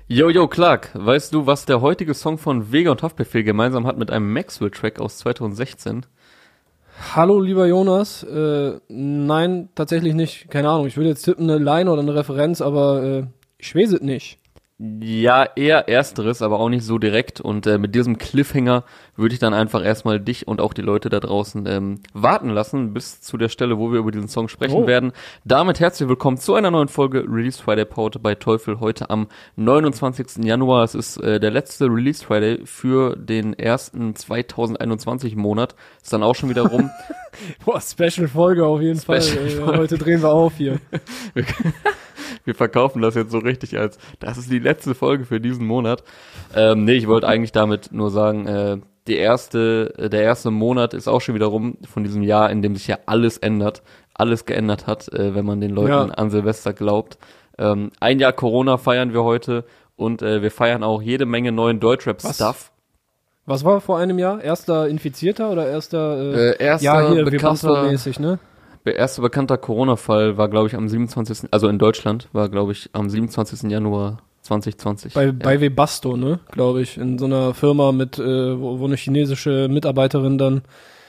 Yo, Clark, weißt du, was der heutige Song von Vega und Haftbefehl gemeinsam hat mit einem Maxwell-Track aus 2016? Hallo, lieber Jonas. Nein, tatsächlich nicht. Keine Ahnung. Ich würde jetzt tippen, eine Line oder eine Referenz, aber ich weiß es nicht. Ja, eher ersteres, aber auch nicht so direkt. Und mit diesem Cliffhanger würde ich dann einfach erstmal dich und auch die Leute da draußen warten lassen, bis zu der Stelle, wo wir über diesen Song sprechen werden. Damit herzlich willkommen zu einer neuen Folge Release Friday Powered bei Teufel, heute am 29. Januar. Es ist der letzte Release Friday für den ersten 2021 Monat. Ist dann auch schon wieder rum. Boah, Special-Folge auf jeden Fall. Heute drehen wir auf hier. Wir verkaufen das jetzt so richtig als, das ist die letzte Folge für diesen Monat. Nee, ich wollte eigentlich damit nur sagen, der erste Monat ist auch schon wieder rum von diesem Jahr, in dem sich ja alles ändert, alles geändert hat, wenn man den Leuten an Silvester glaubt. Ein Jahr Corona feiern wir heute und wir feiern auch jede Menge neuen Deutschrap-Stuff. Was war vor einem Jahr? Erster Infizierter oder erster erster hier, bekannter, mäßig, ne? Der erste bekannter Corona-Fall war, glaube ich, am 27., also in Deutschland, war, glaube ich, am 27. Januar 2020. Bei Webasto, ne, glaube ich, in so einer Firma mit, wo eine chinesische Mitarbeiterin dann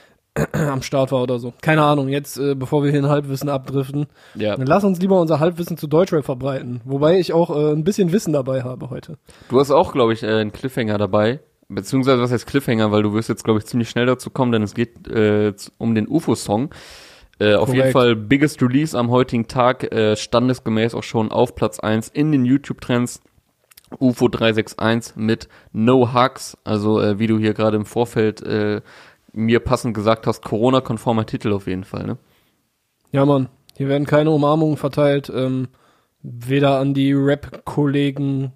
am Start war oder so. Keine Ahnung, jetzt, bevor wir hier ein Halbwissen abdriften, dann lass uns lieber unser Halbwissen zu Deutschrap verbreiten. Wobei ich auch ein bisschen Wissen dabei habe heute. Du hast auch, glaube ich, einen Cliffhanger dabei. Beziehungsweise, was heißt Cliffhanger? Weil du wirst jetzt, glaube ich, ziemlich schnell dazu kommen, denn es geht um den UFO-Song. Auf jeden Fall biggest Release am heutigen Tag, standesgemäß auch schon auf Platz 1 in den YouTube-Trends. UFO 361 mit No Hugs, also wie du hier gerade im Vorfeld mir passend gesagt hast, Corona-konformer Titel auf jeden Fall, ne? Ja, Mann, hier werden keine Umarmungen verteilt, weder an die Rap-Kollegen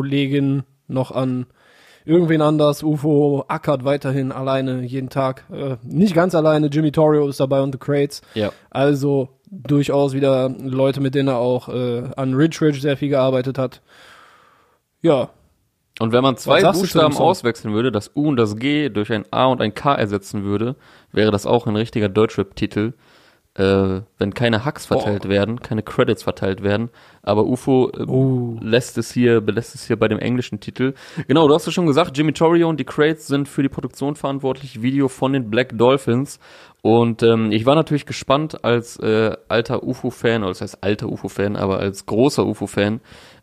noch an irgendwen anders. UFO ackert weiterhin alleine jeden Tag. Nicht ganz alleine, Jimmy Torrio ist dabei und The Crates. Ja. Also durchaus wieder Leute, mit denen er auch an Rich sehr viel gearbeitet hat. Ja. Und wenn man zwei Buchstaben auswechseln würde, das U und das G durch ein A und ein K ersetzen würde, wäre das auch ein richtiger Deutschrap-Titel. Wenn keine Hacks verteilt werden, keine Credits verteilt werden, aber UFO belässt es hier bei dem englischen Titel. Genau, du hast es schon gesagt, Jimmy Torrio und die Crates sind für die Produktion verantwortlich, Video von den Black Dolphins, und ich war natürlich gespannt als alter UFO-Fan, oder das heißt alter UFO-Fan, aber als großer UFO-Fan,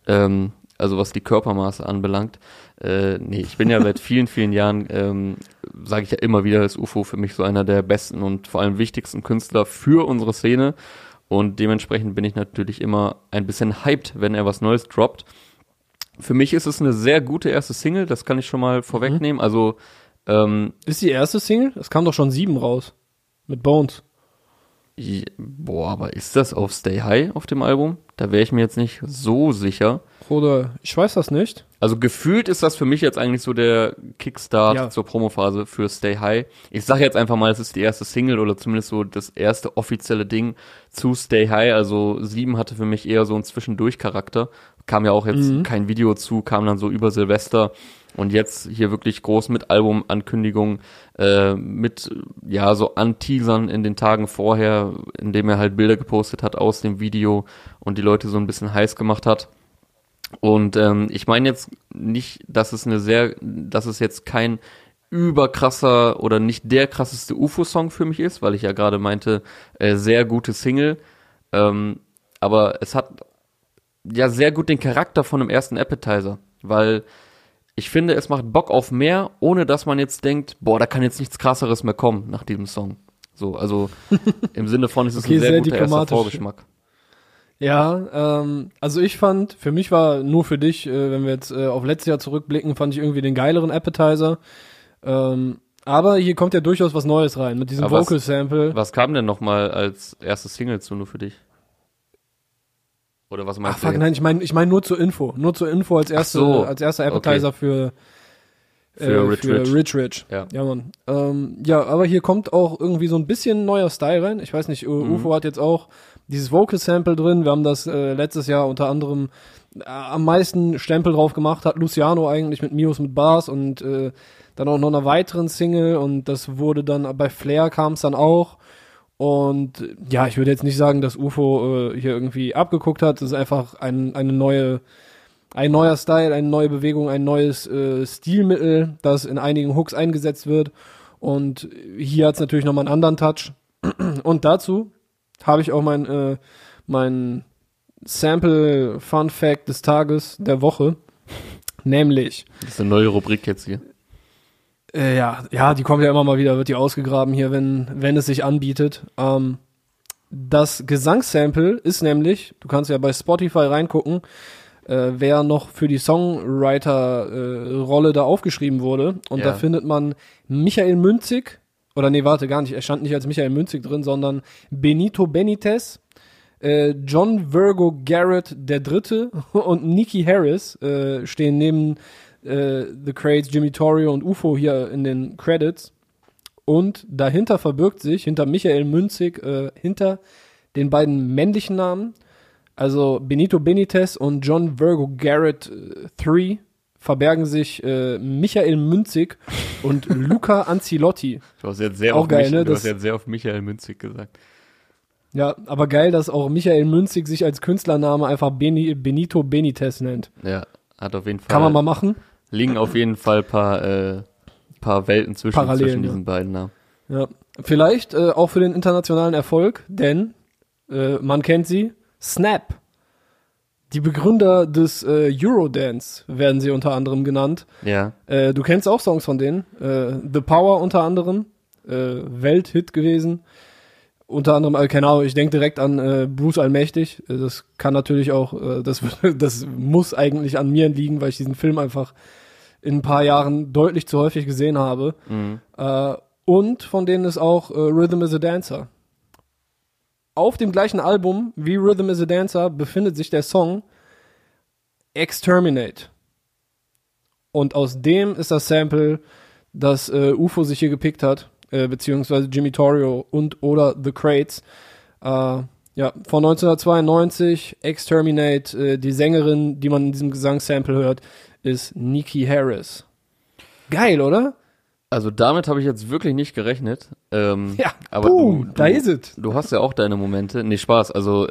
also was die Körpermaße anbelangt. Ich bin ja seit vielen, vielen Jahren, sage ich ja immer wieder, ist UFO für mich so einer der besten und vor allem wichtigsten Künstler für unsere Szene. Und dementsprechend bin ich natürlich immer ein bisschen hyped, wenn er was Neues droppt. Für mich ist es eine sehr gute erste Single, das kann ich schon mal vorwegnehmen. Also ist die erste Single? Es kam doch schon 7 raus. Mit Bones. Aber ist das auf Stay High auf dem Album? Da wäre ich mir jetzt nicht so sicher. Oder ich weiß das nicht. Also gefühlt ist das für mich jetzt eigentlich so der Kickstart zur Promophase für Stay High. Ich sage jetzt einfach mal, es ist die erste Single oder zumindest so das erste offizielle Ding zu Stay High. Also 7 hatte für mich eher so einen Zwischendurch-Charakter. Kam ja auch jetzt kein Video zu, kam dann so über Silvester. Und jetzt hier wirklich groß mit Albumankündigung, mit so Anteasern in den Tagen vorher, indem er halt Bilder gepostet hat aus dem Video und die Leute so ein bisschen heiß gemacht hat. Und ich meine jetzt nicht, dass es jetzt kein überkrasser oder nicht der krasseste UFO-Song für mich ist, weil ich ja gerade meinte, sehr gute Single. Aber es hat ja sehr gut den Charakter von einem ersten Appetizer, weil ich finde, es macht Bock auf mehr, ohne dass man jetzt denkt, da kann jetzt nichts Krasseres mehr kommen nach diesem Song. So, also im Sinne von, es ist ein sehr guter erster Vorgeschmack. Ja, also ich fand, für mich war nur für dich, wenn wir jetzt auf letztes Jahr zurückblicken, fand ich irgendwie den geileren Appetizer. Aber hier kommt ja durchaus was Neues rein, mit diesem Vocal-Sample. Was kam denn nochmal als erste Single zu nur für dich? Oder was meinst du? Nein, ich meine nur zur Info. Nur zur Info als erster Appetizer für Rich. Ja, Mann. Aber hier kommt auch irgendwie so ein bisschen neuer Style rein. Ich weiß nicht, UFO hat jetzt auch dieses Vocal-Sample drin. Wir haben das letztes Jahr unter anderem am meisten Stempel drauf gemacht, hat Luciano eigentlich mit Mios mit Bars und dann auch noch einer weiteren Single, und das wurde dann, bei Flair kam es dann auch. Und ja, ich würde jetzt nicht sagen, dass UFO hier irgendwie abgeguckt hat. Es ist einfach eine neue Ein neuer Style, eine neue Bewegung, ein neues Stilmittel, das in einigen Hooks eingesetzt wird. Und hier hat es natürlich nochmal einen anderen Touch. Und dazu habe ich auch mein Sample Fun Fact des Tages, der Woche. Nämlich. Das ist eine neue Rubrik jetzt hier. Die kommt ja immer mal wieder, wird die ausgegraben hier, wenn es sich anbietet. Das Gesangssample ist nämlich, du kannst ja bei Spotify reingucken, wer noch für die Songwriter-Rolle da aufgeschrieben wurde. Und da findet man Michael Münzig, oder nee, warte, gar nicht, er stand nicht als Michael Münzig drin, sondern Benito Benitez, John Virgo Garrett der Dritte und Nikki Harris stehen neben The Crates, Jimmy Torrio und UFO hier in den Credits. Und dahinter verbirgt sich, hinter Michael Münzig, hinter den beiden männlichen Namen, also Benito Benitez und John Virgo Garrett 3, verbergen sich Michael Münzig und Luca Ancelotti. Du hast jetzt sehr auf Michael Münzig gesagt. Ja, aber geil, dass auch Michael Münzig sich als Künstlername einfach Benito Benitez nennt. Ja, hat auf jeden Fall. Kann man mal machen. Liegen auf jeden Fall paar Welten zwischen diesen beiden Namen. Ja, vielleicht auch für den internationalen Erfolg, denn man kennt sie, Snap. Die Begründer des Eurodance werden sie unter anderem genannt. Ja. Du kennst auch Songs von denen. The Power unter anderem, Welthit gewesen. Unter anderem, keine Ahnung, ich denke direkt an Bruce Allmächtig. Das kann natürlich auch, das muss eigentlich an mir liegen, weil ich diesen Film einfach in ein paar Jahren deutlich zu häufig gesehen habe. Mhm. Und von denen ist auch Rhythm is a Dancer. Auf dem gleichen Album wie Rhythm is a Dancer befindet sich der Song Exterminate. Und aus dem ist das Sample, das UFO sich hier gepickt hat, beziehungsweise Jimmy Torrio und oder The Crates. Von 1992, Exterminate, die Sängerin, die man in diesem Gesangssample hört, ist Nikki Harris. Geil, oder? Also damit habe ich jetzt wirklich nicht gerechnet. Aber boom, da ist es. Du hast ja auch deine Momente. Nee, Spaß. Also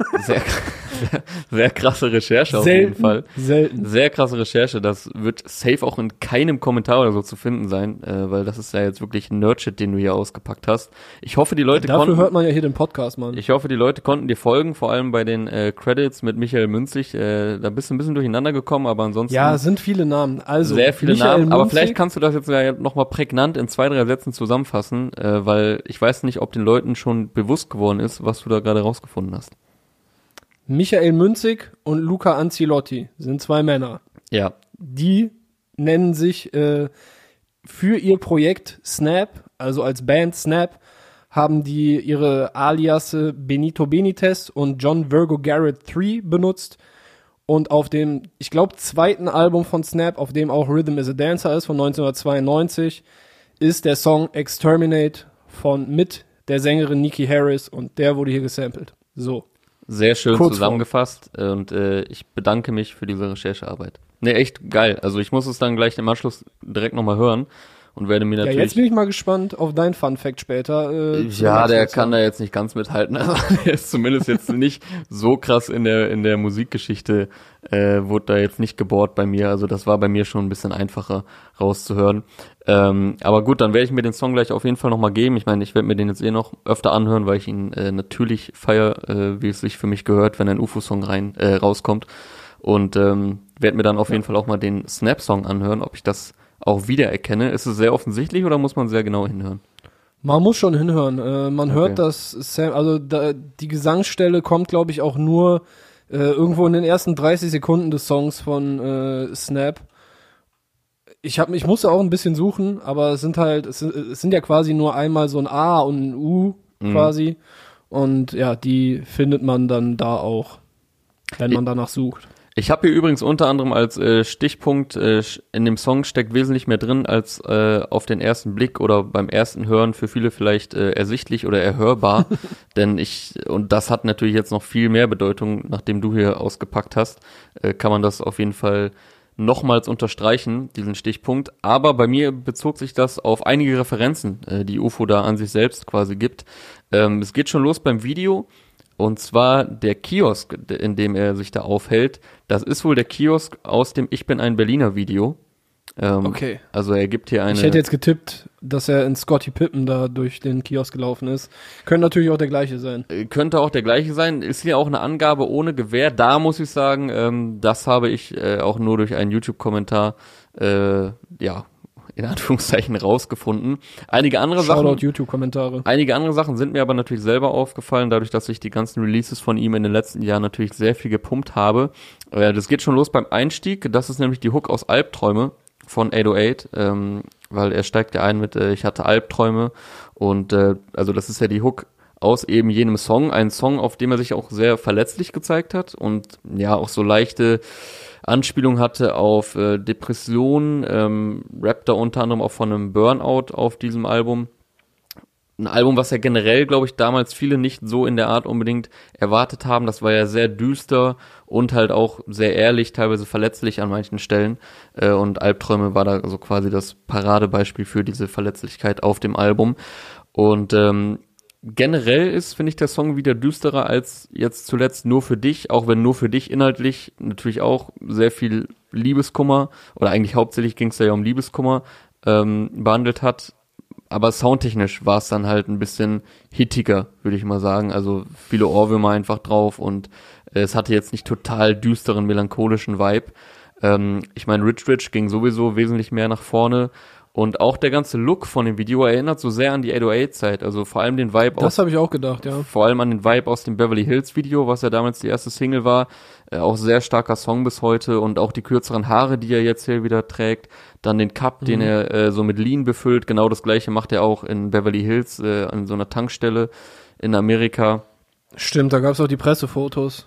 sehr krasse Recherche auf jeden Fall. Selten. Sehr krasse Recherche. Das wird safe auch in keinem Kommentar oder so zu finden sein, weil das ist ja jetzt wirklich ein Nerdshit, den du hier ausgepackt hast. Ich hoffe, die Leute Dafür hört man ja hier den Podcast, Mann. Ich hoffe, die Leute konnten dir folgen, vor allem bei den Credits mit Michael Münzig. Da bist du ein bisschen durcheinander gekommen, aber ansonsten... Ja, sind viele Namen. Also sehr viele Michael Namen, Münzig, aber vielleicht kannst du das jetzt ja nochmal prägnant in 2-3 Sätzen zusammenfassen, weil ich weiß nicht, ob den Leuten schon bewusst geworden ist, was du da gerade rausgefunden hast. Michael Münzig und Luca Ancelotti sind 2 Männer. Ja. Die nennen sich für ihr Projekt Snap, also als Band Snap, haben die ihre Aliasse Benito Benitez und John Virgo Garrett 3 benutzt. Und auf dem, ich glaube, 2. Album von Snap, auf dem auch Rhythm is a Dancer ist, von 1992, ist der Song Exterminate mit der Sängerin Nikki Harris und der wurde hier gesampelt. So. Sehr schön zusammengefasst und ich bedanke mich für diese Recherchearbeit. Ne, echt geil. Also ich muss es dann gleich im Anschluss direkt nochmal hören und werde mir natürlich... Ja, jetzt bin ich mal gespannt auf dein Fun-Fact später. Der kann da jetzt nicht ganz mithalten. Also der ist zumindest jetzt nicht so krass in der Musikgeschichte, wurde da jetzt nicht gebohrt bei mir. Also das war bei mir schon ein bisschen einfacher rauszuhören. Aber gut, dann werde ich mir den Song gleich auf jeden Fall nochmal geben. Ich meine, ich werde mir den jetzt noch öfter anhören, weil ich ihn natürlich feiere, wie es sich für mich gehört, wenn ein UFO-Song rauskommt. Und werde mir dann auf jeden Fall auch mal den Snap-Song anhören, ob ich das auch wiedererkenne. Ist es sehr offensichtlich oder muss man sehr genau hinhören? Man muss schon hinhören. Man hört das, die Gesangsstelle kommt, glaube ich, auch nur irgendwo in den ersten 30 Sekunden des Songs von Snap. Ich musste auch ein bisschen suchen, aber es sind ja quasi nur einmal so ein A und ein U quasi. Und ja, die findet man dann da auch, wenn man danach sucht. Ich habe hier übrigens unter anderem als Stichpunkt, in dem Song steckt wesentlich mehr drin als auf den ersten Blick oder beim ersten Hören für viele vielleicht ersichtlich oder erhörbar. Und das hat natürlich jetzt noch viel mehr Bedeutung, nachdem du hier ausgepackt hast, kann man das auf jeden Fall nochmals unterstreichen, diesen Stichpunkt. Aber bei mir bezog sich das auf einige Referenzen, die UFO da an sich selbst quasi gibt. Es geht schon los beim Video. Und zwar der Kiosk, in dem er sich da aufhält, das ist wohl der Kiosk aus dem Ich bin ein Berliner Video. Okay. Also er gibt hier eine... Ich hätte jetzt getippt, dass er in Scottie Pippen da durch den Kiosk gelaufen ist. Könnte natürlich auch der gleiche sein. Könnte auch der gleiche sein. Ist hier auch eine Angabe ohne Gewähr. Da muss ich sagen, das habe ich auch nur durch einen YouTube-Kommentar, in Anführungszeichen rausgefunden. Einige andere YouTube-Kommentare. Einige andere Sachen sind mir aber natürlich selber aufgefallen, dadurch, dass ich die ganzen Releases von ihm in den letzten Jahren natürlich sehr viel gepumpt habe. Das geht schon los beim Einstieg. Das ist nämlich die Hook aus Albträume von 808, weil er steigt ja ein mit Ich hatte Albträume und also das ist ja die Hook aus eben jenem Song, ein Song, auf dem er sich auch sehr verletzlich gezeigt hat und ja auch so leichte Anspielung hatte auf Depressionen, rappt da unter anderem auch von einem Burnout auf diesem Album. Ein Album, was ja generell, glaube ich, damals viele nicht so in der Art unbedingt erwartet haben. Das war ja sehr düster und halt auch sehr ehrlich, teilweise verletzlich an manchen Stellen. Und Albträume war da so quasi das Paradebeispiel für diese Verletzlichkeit auf dem Album. Und generell ist, finde ich, der Song wieder düsterer als jetzt zuletzt Nur für dich, auch wenn Nur für dich inhaltlich natürlich auch sehr viel Liebeskummer, oder eigentlich hauptsächlich ging es ja um Liebeskummer, behandelt hat. Aber soundtechnisch war es dann halt ein bisschen hittiger, würde ich mal sagen. Also viele Ohrwürmer einfach drauf und es hatte jetzt nicht total düsteren, melancholischen Vibe. Ich meine, Rich Rich ging sowieso wesentlich mehr nach vorne. Und auch der ganze Look von dem Video erinnert so sehr an die 808-Zeit. Also vor allem den Vibe Das habe ich auch gedacht, ja. Vor allem an den Vibe aus dem Beverly Hills Video, was ja damals die erste Single war. Auch sehr starker Song bis heute. Und auch die kürzeren Haare, die er jetzt hier wieder trägt. Dann den Cup, den er so mit Lean befüllt. Genau das gleiche macht er auch in Beverly Hills an so einer Tankstelle in Amerika. Stimmt, da gab es auch die Pressefotos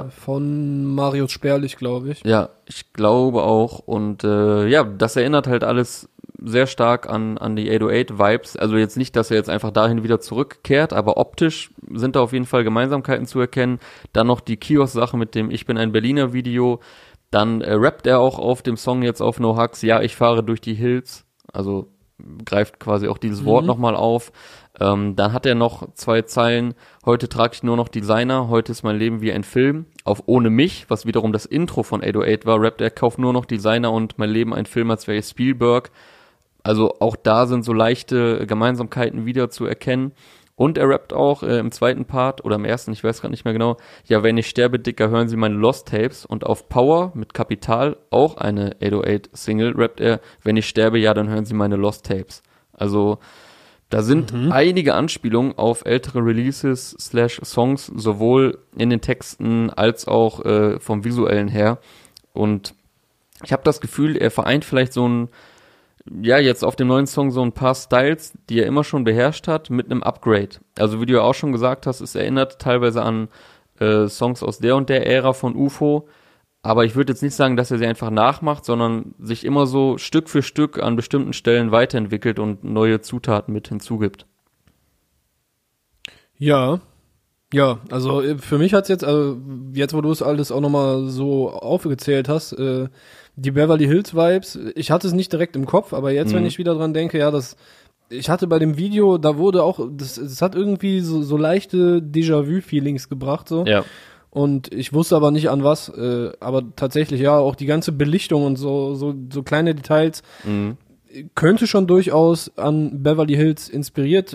von Marius Sperlich, glaube ich. Ja, ich glaube auch. Und das erinnert halt alles sehr stark an die 808-Vibes. Also jetzt nicht, dass er jetzt einfach dahin wieder zurückkehrt, aber optisch sind da auf jeden Fall Gemeinsamkeiten zu erkennen. Dann noch die Kiosk-Sache mit dem Ich bin ein Berliner Video. Dann rappt er auch auf dem Song jetzt auf No Hugs, ja, ich fahre durch die Hills. Also greift quasi auch dieses Wort nochmal auf. Dann hat er noch 2 Zeilen, heute trage ich nur noch Designer, heute ist mein Leben wie ein Film. Auf Ohne mich, was wiederum das Intro von 808 war, rappt er, kauf nur noch Designer und mein Leben ein Film, als wäre ich Spielberg. Also auch da sind so leichte Gemeinsamkeiten wieder zu erkennen. Und er rappt auch im zweiten Part oder im ersten, ich weiß gerade nicht mehr genau, ja, wenn ich sterbe, Dicker, hören Sie meine Lost Tapes. Und auf Power mit Kapital, auch eine 808-Single, rappt er, wenn ich sterbe, ja, dann hören Sie meine Lost Tapes. Also da sind einige Anspielungen auf ältere Releases / Songs, sowohl in den Texten als auch vom Visuellen her. Und ich habe das Gefühl, er vereint vielleicht so ein jetzt auf dem neuen Song so ein paar Styles, die er immer schon beherrscht hat, mit einem Upgrade. Also wie du ja auch schon gesagt hast, es erinnert teilweise an Songs aus der und der Ära von UFO, aber ich würde jetzt nicht sagen, dass er sie einfach nachmacht, sondern sich immer so Stück für Stück an bestimmten Stellen weiterentwickelt und neue Zutaten mit hinzugibt. Ja, also für mich hat's jetzt, also jetzt wo du es alles auch nochmal so aufgezählt hast, die Beverly Hills Vibes, ich hatte es nicht direkt im Kopf, aber jetzt, wenn ich wieder dran denke, ich hatte bei dem Video, da wurde auch, das hat irgendwie so leichte Déjà-vu-Feelings gebracht, so. Ja. Und ich wusste aber nicht an was, aber tatsächlich, ja, auch die ganze Belichtung und so kleine Details, könnte schon durchaus an Beverly Hills inspiriert,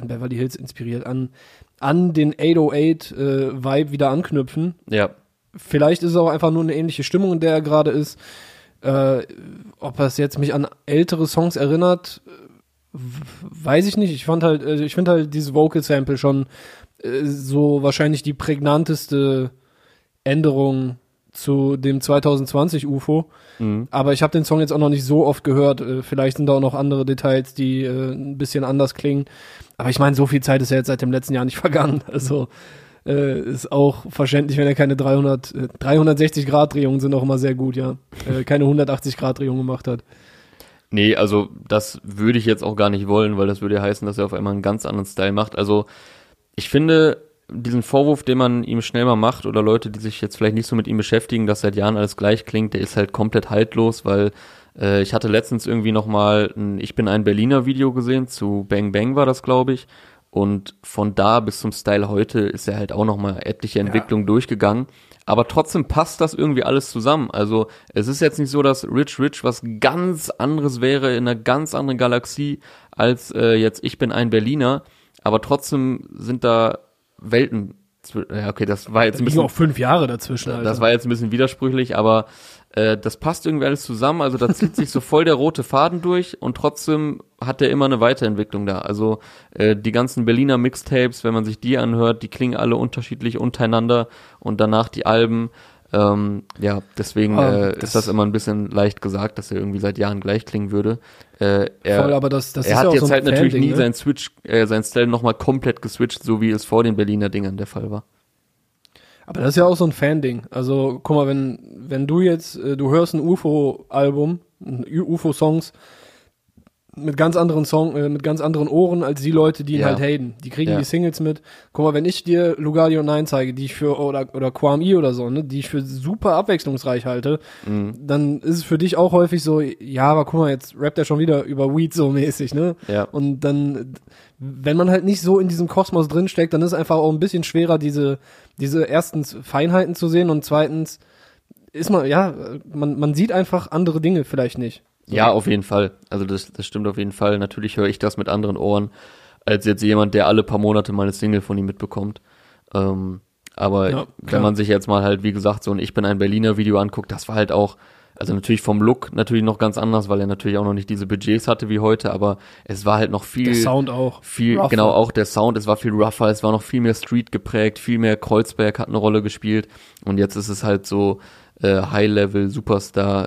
an den 808 Vibe wieder anknüpfen. Ja. Vielleicht ist es auch einfach nur eine ähnliche Stimmung, in der er gerade ist. Ob es jetzt mich an ältere Songs erinnert, weiß ich nicht. Ich finde halt dieses Vocal Sample schon so wahrscheinlich die prägnanteste Änderung zu dem 2020 UFO. Aber ich habe den Song jetzt auch noch nicht so oft gehört. Vielleicht sind da auch noch andere Details, die ein bisschen anders klingen. Aber ich meine, so viel Zeit ist ja jetzt seit dem letzten Jahr nicht vergangen. Also ist auch verständlich, wenn er keine 360-Grad-Drehungen sind auch immer sehr gut, ja. Keine 180-Grad-Drehung gemacht hat. Nee, also das würde ich jetzt auch gar nicht wollen, weil das würde ja heißen, dass er auf einmal einen ganz anderen Style macht. Also ich finde, diesen Vorwurf, den man ihm schnell mal macht, oder Leute, die sich jetzt vielleicht nicht so mit ihm beschäftigen, dass seit Jahren alles gleich klingt, der ist halt komplett haltlos, weil ich hatte letztens irgendwie nochmal ein Ich bin ein Berliner Video gesehen, zu Bang Bang war das, glaube ich, Und von da bis zum Style heute ist er halt auch nochmal etliche Entwicklungen durchgegangen. Aber trotzdem passt das irgendwie alles zusammen. Also es ist jetzt nicht so, dass Rich Rich was ganz anderes wäre in einer ganz anderen Galaxie als jetzt Ich bin ein Berliner. Aber trotzdem sind da Welten. Ja, okay, das war jetzt ein bisschen. Auch 5 Jahre dazwischen. Alter. Das war jetzt ein bisschen widersprüchlich, aber das passt irgendwie alles zusammen. Also da zieht sich so voll der rote Faden durch und trotzdem hat er immer eine Weiterentwicklung da. Also die ganzen Berliner Mixtapes, wenn man sich die anhört, die klingen alle unterschiedlich untereinander und danach die Alben. Deswegen ist das immer ein bisschen leicht gesagt, dass er irgendwie seit Jahren gleich klingen würde. Voll, aber das er ist hat ja auch jetzt so ein halt natürlich Fan-Ding, nie ne? sein Style nochmal komplett geswitcht, so wie es vor den Berliner Dingern der Fall war. Aber das ist ja auch so ein Fan-Ding. Also, guck mal, wenn du jetzt, du hörst ein UFO-Album, UFO-Songs mit ganz anderen mit ganz anderen Ohren als die Leute, die ihn halt haten. Die kriegen die Singles mit. Guck mal, wenn ich dir Lugardi und Nein zeige, die ich für, oder Kwame oder so, ne, die ich für super abwechslungsreich halte, dann ist es für dich auch häufig so, ja, aber guck mal, jetzt rappt er schon wieder über Weed so mäßig, ne? Ja. Und dann, wenn man halt nicht so in diesem Kosmos drinsteckt, dann ist es einfach auch ein bisschen schwerer, diese erstens Feinheiten zu sehen und zweitens ist man sieht einfach andere Dinge vielleicht nicht. So. Ja, auf jeden Fall. Also das stimmt auf jeden Fall. Natürlich höre ich das mit anderen Ohren, als jetzt jemand, der alle paar Monate mal eine Single von ihm mitbekommt. Aber wenn man sich jetzt mal halt, wie gesagt, so ein Ich bin ein Berliner Video anguckt, das war halt auch, also natürlich vom Look natürlich noch ganz anders, weil er natürlich auch noch nicht diese Budgets hatte wie heute, aber es war halt noch viel... Der Sound auch. Viel, rougher. Genau, auch der Sound, es war viel rougher, es war noch viel mehr Street geprägt, viel mehr Kreuzberg hat eine Rolle gespielt und jetzt ist es halt so High-Level, Superstar,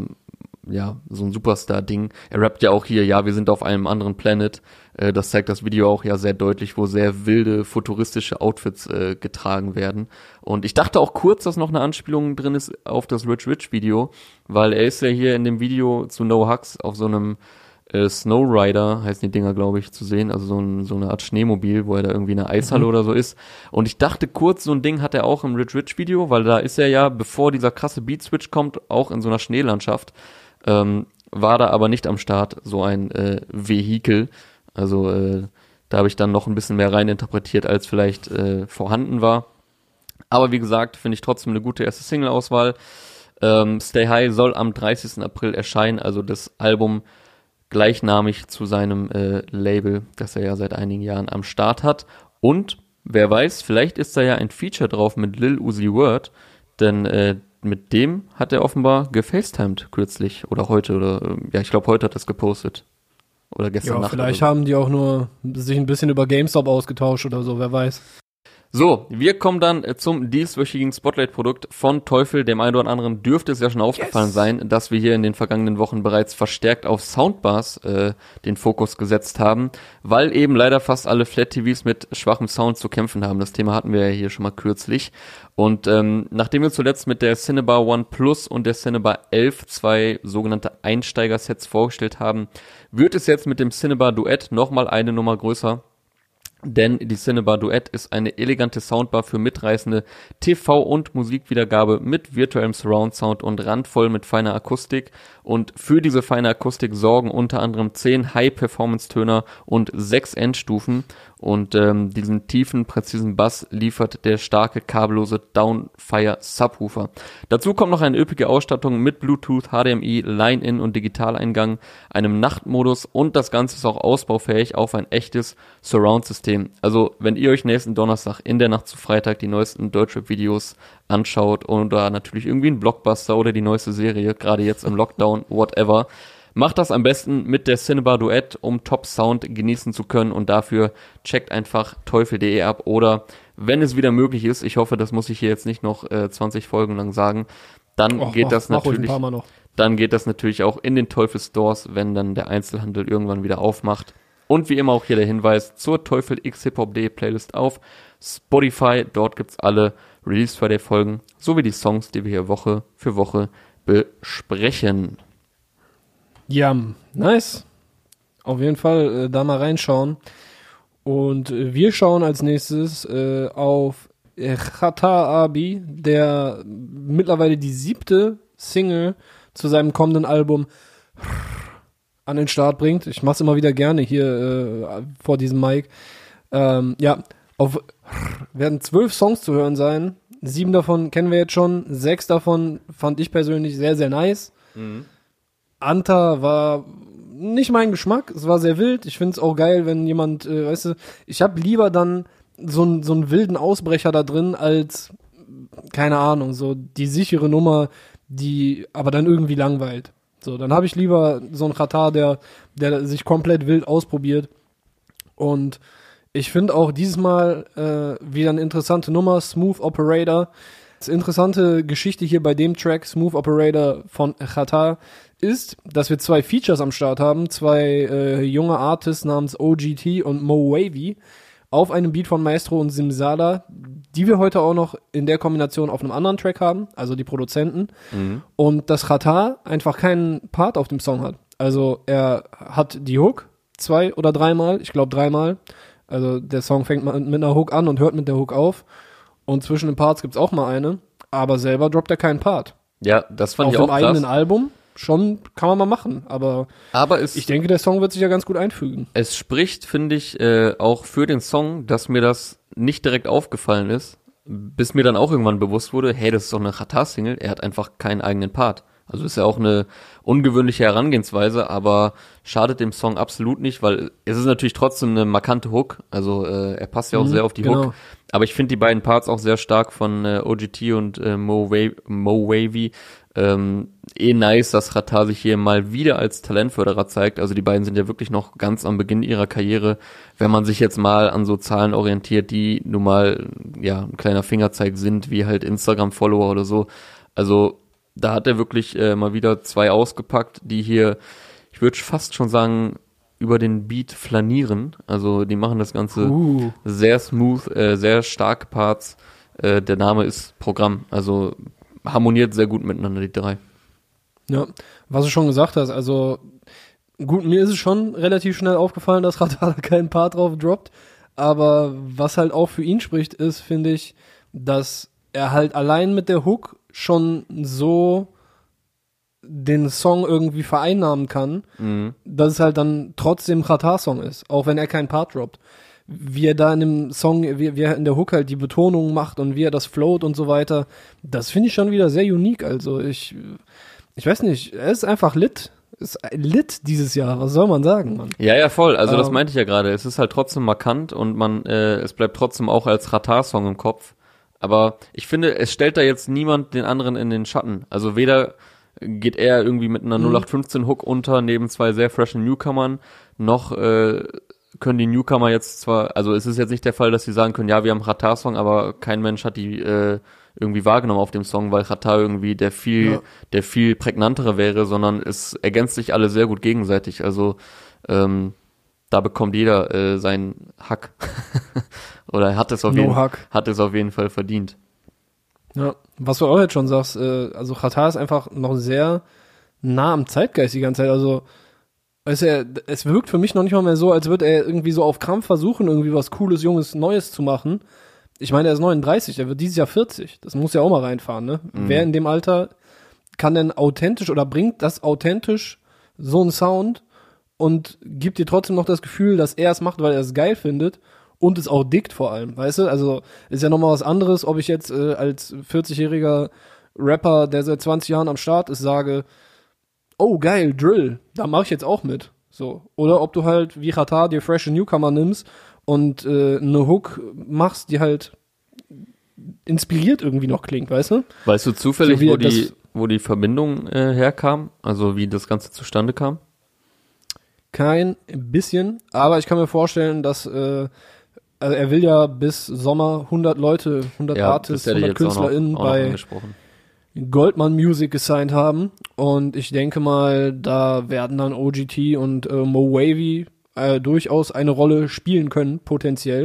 so ein Superstar-Ding. Er rappt ja auch hier, ja, wir sind auf einem anderen Planet. Das zeigt das Video auch ja sehr deutlich, wo sehr wilde, futuristische Outfits getragen werden. Und ich dachte auch kurz, dass noch eine Anspielung drin ist auf das Rich Rich Video, weil er ist ja hier in dem Video zu No Hugs auf so einem Snowrider, heißen die Dinger, glaube ich, zu sehen, also so eine Art Schneemobil, wo er da irgendwie in einer Eishalle oder so ist. Und ich dachte kurz, so ein Ding hat er auch im Rich Rich Video, weil da ist er ja, bevor dieser krasse Beat-Switch kommt, auch in so einer Schneelandschaft. War da aber nicht am Start, so ein Vehikel. Also da habe ich dann noch ein bisschen mehr reininterpretiert, als vielleicht vorhanden war. Aber wie gesagt, finde ich trotzdem eine gute erste Single-Auswahl. Stay High soll am 30. April erscheinen, also das Album gleichnamig zu seinem Label, das er ja seit einigen Jahren am Start hat. Und wer weiß, vielleicht ist da ja ein Feature drauf mit Lil Uzi Vert, denn mit dem hat er offenbar gefacetimed kürzlich oder heute oder ich glaube heute hat er es gepostet oder gestern Nacht. Vielleicht so. haben die auch nur sich ein bisschen über GameStop ausgetauscht oder so, wer weiß. So, wir kommen dann zum dieswöchigen Spotlight-Produkt von Teufel. Dem einen oder anderen dürfte es ja schon aufgefallen sein, dass wir hier in den vergangenen Wochen bereits verstärkt auf Soundbars den Fokus gesetzt haben, weil eben leider fast alle Flat-TVs mit schwachem Sound zu kämpfen haben. Das Thema hatten wir ja hier schon mal kürzlich. Und nachdem wir zuletzt mit der Cinebar One Plus und der Cinebar 11 zwei sogenannte Einsteiger-Sets vorgestellt haben, wird es jetzt mit dem Cinebar Duett nochmal eine Nummer größer. Denn die Cinebar Duett ist eine elegante Soundbar für mitreißende TV- und Musikwiedergabe mit virtuellem Surround-Sound und randvoll mit feiner Akustik. Und für diese feine Akustik sorgen unter anderem 10 High-Performance-Töner und 6 Endstufen. Und diesen tiefen, präzisen Bass liefert der starke, kabellose Downfire-Subwoofer. Dazu kommt noch eine üppige Ausstattung mit Bluetooth, HDMI, Line-In und Digitaleingang, einem Nachtmodus und das Ganze ist auch ausbaufähig auf ein echtes Surround-System. Also, wenn ihr euch nächsten Donnerstag in der Nacht zu Freitag die neuesten Deutschrap-Videos anschaut oder natürlich irgendwie einen Blockbuster oder die neueste Serie, gerade jetzt im Lockdown, whatever, macht das am besten mit der Cinebar Duett, um Top-Sound genießen zu können und dafür checkt einfach teufel.de ab oder, wenn es wieder möglich ist, ich hoffe, das muss ich hier jetzt nicht noch 20 Folgen lang sagen, dann geht das natürlich auch in den Teufel-Stores, wenn dann der Einzelhandel irgendwann wieder aufmacht. Und wie immer auch hier der Hinweis zur Teufel X Hip-Hop.de Playlist auf Spotify. Dort gibt's alle Release Friday Folgen sowie die Songs, die wir hier Woche für Woche besprechen. Ja, nice. Auf jeden Fall da mal reinschauen. Und wir schauen als nächstes auf Chata Abi, der mittlerweile die 7. Single zu seinem kommenden Album an den Start bringt. Ich mach's immer wieder gerne hier vor diesem Mic. Werden 12 Songs zu hören sein. 7 davon kennen wir jetzt schon. 6 davon fand ich persönlich sehr, sehr nice. Anta war nicht mein Geschmack. Es war sehr wild. Ich finde es auch geil, wenn jemand, ich habe lieber dann so einen wilden Ausbrecher da drin als, keine Ahnung, so die sichere Nummer, die aber dann irgendwie langweilt. So, dann habe ich lieber so einen Xatar, der sich komplett wild ausprobiert. Und ich finde auch dieses Mal wieder eine interessante Nummer, Smooth Operator. Das interessante Geschichte hier bei dem Track, Smooth Operator von Xatar, ist, dass wir 2 Features am Start haben, 2 junge Artists namens OGT und Mo Wavy auf einem Beat von Maestro und Simsala, die wir heute auch noch in der Kombination auf einem anderen Track haben, also die Produzenten. Und dass Xatar einfach keinen Part auf dem Song hat. Also er hat die Hook 2 oder 3 Mal, ich glaube 3 Mal. Also der Song fängt mit einer Hook an und hört mit der Hook auf. Und zwischen den Parts gibt's auch mal eine. Aber selber droppt er keinen Part. Ja, das fand ich auch krass. Auf dem eigenen Album schon kann man mal machen. Aber ich denke, der Song wird sich ja ganz gut einfügen. Es spricht, finde ich, auch für den Song, dass mir das nicht direkt aufgefallen ist. Bis mir dann auch irgendwann bewusst wurde, hey, das ist doch eine Xatar-Single. Er hat einfach keinen eigenen Part. Also ist ja auch eine ungewöhnliche Herangehensweise, aber schadet dem Song absolut nicht, weil es ist natürlich trotzdem eine markante Hook. Also er passt ja auch sehr auf die Hook. Aber ich finde die beiden Parts auch sehr stark von OGT und Mo Wavy. Nice, dass Xatar sich hier mal wieder als Talentförderer zeigt. Also die beiden sind ja wirklich noch ganz am Beginn ihrer Karriere. Wenn man sich jetzt mal an so Zahlen orientiert, die nun mal ein kleiner Fingerzeig sind, wie halt Instagram-Follower oder so. Also da hat er wirklich mal wieder 2 ausgepackt, die hier, ich würde fast schon sagen, über den Beat flanieren. Also die machen das Ganze sehr smooth, sehr starke Parts. Der Name ist Programm, also harmoniert sehr gut miteinander, die 3. Ja, was du schon gesagt hast, also gut, mir ist es schon relativ schnell aufgefallen, dass Xatar keinen Part drauf droppt, aber was halt auch für ihn spricht, ist, finde ich, dass er halt allein mit der Hook schon so den Song irgendwie vereinnahmen kann, dass es halt dann trotzdem Xatar-Song ist, auch wenn er keinen Part droppt. Wie er da in dem Song, wie er in der Hook halt die Betonung macht und wie er das float und so weiter, das finde ich schon wieder sehr unique. Also ich weiß nicht, er ist einfach lit. Ist lit dieses Jahr, was soll man sagen, Mann? Ja, voll. Also das meinte ich ja gerade. Es ist halt trotzdem markant und es bleibt trotzdem auch als Xatar-Song im Kopf. Aber ich finde, es stellt da jetzt niemand den anderen in den Schatten. Also weder geht er irgendwie mit einer 0815-Hook unter, neben 2 sehr freshen Newcomern, noch können die Newcomer jetzt zwar, also es ist jetzt nicht der Fall, dass sie sagen können, ja, wir haben einen Xatar-Song, aber kein Mensch hat die irgendwie wahrgenommen auf dem Song, weil Xatar irgendwie der viel prägnantere wäre, sondern es ergänzt sich alle sehr gut gegenseitig. Also da bekommt jeder seinen Hack. Oder hat es auf jeden Fall verdient. Ja, was du auch jetzt schon sagst, also Xatar ist einfach noch sehr nah am Zeitgeist die ganze Zeit. Also es wirkt für mich noch nicht mal mehr so, als würde er irgendwie so auf Krampf versuchen, irgendwie was Cooles, Junges, Neues zu machen. Ich meine, er ist 39, er wird dieses Jahr 40. Das muss ja auch mal reinfahren, ne? Wer in dem Alter kann denn authentisch oder bringt das authentisch so einen Sound und gibt dir trotzdem noch das Gefühl, dass er es macht, weil er es geil findet und es auch dickt vor allem, weißt du? Also ist ja nochmal was anderes, ob ich jetzt als 40-jähriger Rapper, der seit 20 Jahren am Start ist, sage, oh geil, Drill, da mache ich jetzt auch mit. So. Oder ob du halt wie Xatar dir freshe Newcomer nimmst und eine Hook machst, die halt inspiriert irgendwie noch klingt, weißt du? Weißt du zufällig, so wo die Verbindung herkam? Also wie das Ganze zustande kam? Kein bisschen, aber ich kann mir vorstellen, dass also er will ja bis Sommer 100 Leute, 100 Artists, 100 KünstlerInnen bei Goldman Music gesigned haben und ich denke mal, da werden dann OGT und Mo Wavy durchaus eine Rolle spielen können, potenziell.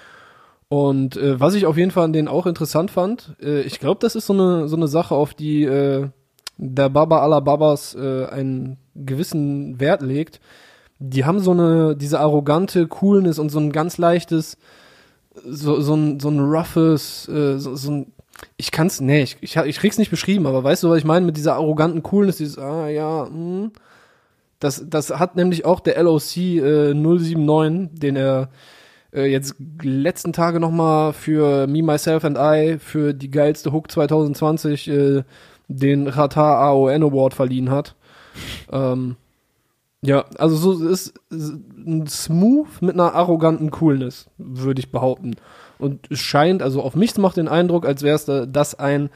Und was ich auf jeden Fall an denen auch interessant fand, ich glaube, das ist so eine Sache, auf die der Baba aller Babas einen gewissen Wert legt. Die haben diese arrogante Coolness und so ein ganz leichtes, so ein roughes, ich krieg's nicht beschrieben, aber weißt du, was ich meine mit dieser arroganten Coolness, dieses, das hat nämlich auch der LOC 079, den er jetzt letzten Tage nochmal für Me, Myself and I für die geilste Hook 2020 den Rata AON Award verliehen hat. Ja, also so ist ein Smooth mit einer arroganten Coolness, würde ich behaupten. Und es scheint, also auf mich macht den Eindruck, als wäre es das ein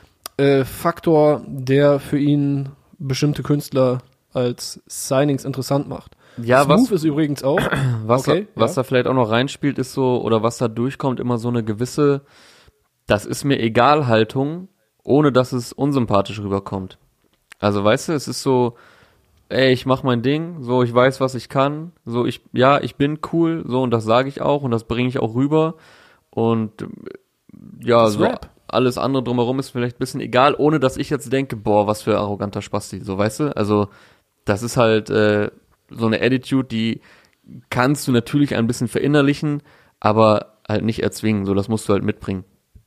Faktor, der für ihn bestimmte Künstler als Signings interessant macht. Ja, Smooth ist übrigens auch. Was da vielleicht auch noch reinspielt, ist so, oder was da durchkommt, immer so eine gewisse, das ist mir egal Haltung, ohne dass es unsympathisch rüberkommt. Also weißt du, es ist so, ey, ich mach mein Ding, so, ich weiß, was ich kann, so, ich bin cool, so, und das sage ich auch, und das bringe ich auch rüber, und ja, so Rap. Alles andere drumherum ist vielleicht ein bisschen egal, ohne dass ich jetzt denke, boah, was für arroganter Spasti, so, weißt du, also, das ist halt so eine Attitude, die kannst du natürlich ein bisschen verinnerlichen, aber halt nicht erzwingen, so, das musst du halt mitbringen.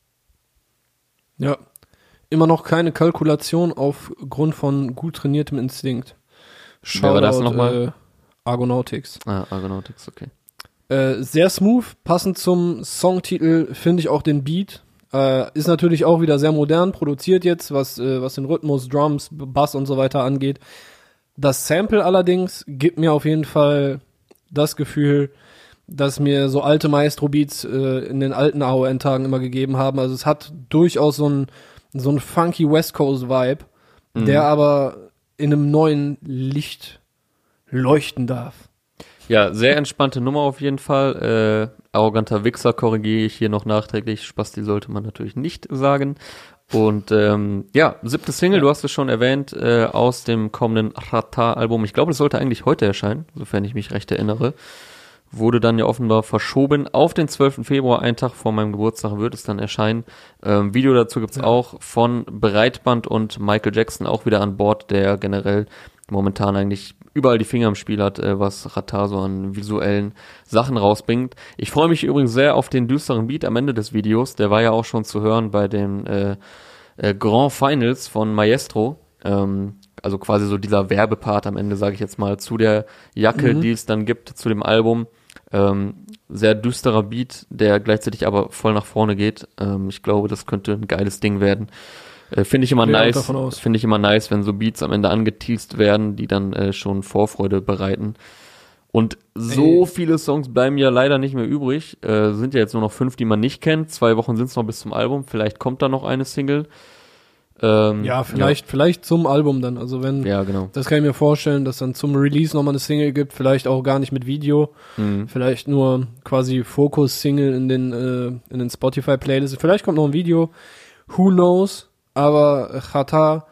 Ja, immer noch keine Kalkulation aufgrund von gut trainiertem Instinkt. Wer war das nochmal? Argonautics. Argonautics, okay. Sehr smooth, passend zum Songtitel finde ich auch den Beat. Ist natürlich auch wieder sehr modern produziert jetzt, was den Rhythmus, Drums, Bass und so weiter angeht. Das Sample allerdings gibt mir auf jeden Fall das Gefühl, dass mir so alte Maestro-Beats in den alten AON-Tagen immer gegeben haben. Also es hat durchaus so ein funky West Coast-Vibe, der aber in einem neuen Licht leuchten darf. Ja, sehr entspannte Nummer auf jeden Fall. Arroganter Wichser korrigiere ich hier noch nachträglich. Spasti sollte man natürlich nicht sagen. Und ja, 7. Single, du hast es schon erwähnt, aus dem kommenden Rata-Album. Ich glaube, das sollte eigentlich heute erscheinen, sofern ich mich recht erinnere. Wurde dann ja offenbar verschoben auf den 12. Februar, einen Tag vor meinem Geburtstag wird es dann erscheinen. Video dazu gibt's auch von Breitband und Michael Jackson auch wieder an Bord, der generell momentan eigentlich überall die Finger im Spiel hat, was Rata so an visuellen Sachen rausbringt. Ich freue mich übrigens sehr auf den düsteren Beat am Ende des Videos. Der war ja auch schon zu hören bei den Grand Finals von Maestro. Also quasi so dieser Werbepart am Ende, sage ich jetzt mal, zu der Jacke, die es dann gibt, zu dem Album. Sehr düsterer Beat, der gleichzeitig aber voll nach vorne geht. Ich glaube, das könnte ein geiles Ding werden. Finde ich immer nice, wenn so Beats am Ende angeteased werden, die dann schon Vorfreude bereiten. Und so viele Songs bleiben ja leider nicht mehr übrig. Sind ja jetzt nur noch 5, die man nicht kennt. 2 Wochen sind es noch bis zum Album. Vielleicht kommt da noch eine Single. Vielleicht zum Album dann. Also wenn, genau. Das kann ich mir vorstellen, dass dann zum Release nochmal eine Single gibt. Vielleicht auch gar nicht mit Video. Vielleicht nur quasi Fokus-Single in den Spotify-Playlists. Vielleicht kommt noch ein Video. Who knows? Aber Rata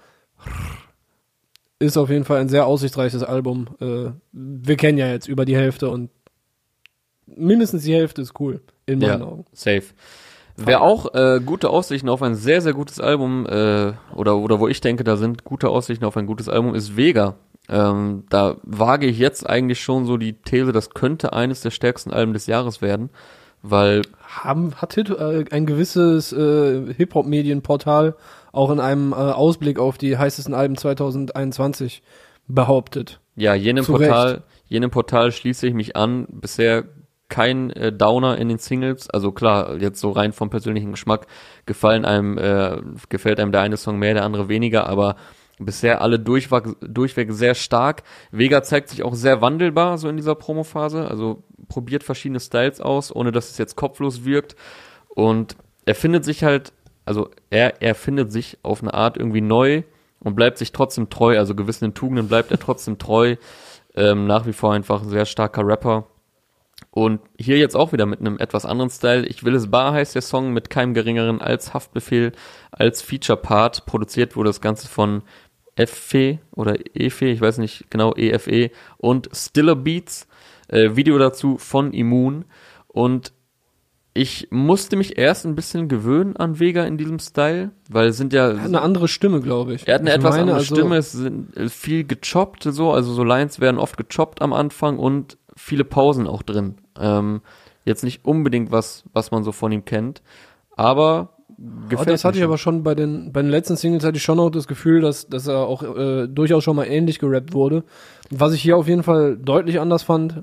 ist auf jeden Fall ein sehr aussichtsreiches Album. Wir kennen ja jetzt über die Hälfte und mindestens die Hälfte ist cool, in meinen Augen. Safe. Wer auch gute Aussichten auf ein sehr, sehr gutes Album, oder wo ich denke, da sind gute Aussichten auf ein gutes Album, ist Vega. Da wage ich jetzt eigentlich schon so die These, das könnte eines der stärksten Alben des Jahres werden, weil hat ein gewisses Hip-Hop-Medienportal auch in einem Ausblick auf die heißesten Alben 2021 behauptet. Ja, jenem Portal schließe ich mich an. Bisher kein Downer in den Singles. Also klar, jetzt so rein vom persönlichen Geschmack gefällt einem der eine Song mehr, der andere weniger, aber bisher alle durchweg sehr stark. Vega zeigt sich auch sehr wandelbar so in dieser Promophase, also probiert verschiedene Styles aus, ohne dass es jetzt kopflos wirkt, und er findet sich halt, also er findet sich auf eine Art irgendwie neu und bleibt sich trotzdem treu, also gewissen Tugenden bleibt er trotzdem treu, nach wie vor einfach ein sehr starker Rapper. Und hier jetzt auch wieder mit einem etwas anderen Style. Ich will es bar heißt der Song, mit keinem geringeren als Haftbefehl als Feature-Part. Produziert wurde das Ganze von Effe oder Efe, ich weiß nicht genau, EFE und Stiller Beats. Video dazu von Immun. Und ich musste mich erst ein bisschen gewöhnen an Vega in diesem Style, weil es sind ja... Er hat eine andere Stimme, glaube ich. Er hat eine etwas andere Stimme, es sind viel gechoppt, also so Lines werden oft gechoppt am Anfang und viele Pausen auch drin. Jetzt nicht unbedingt was man so von ihm kennt, aber gefällt mir. Das hatte ich aber schon bei den letzten Singles hatte ich schon auch das Gefühl, dass er auch durchaus schon mal ähnlich gerappt wurde. Was ich hier auf jeden Fall deutlich anders fand,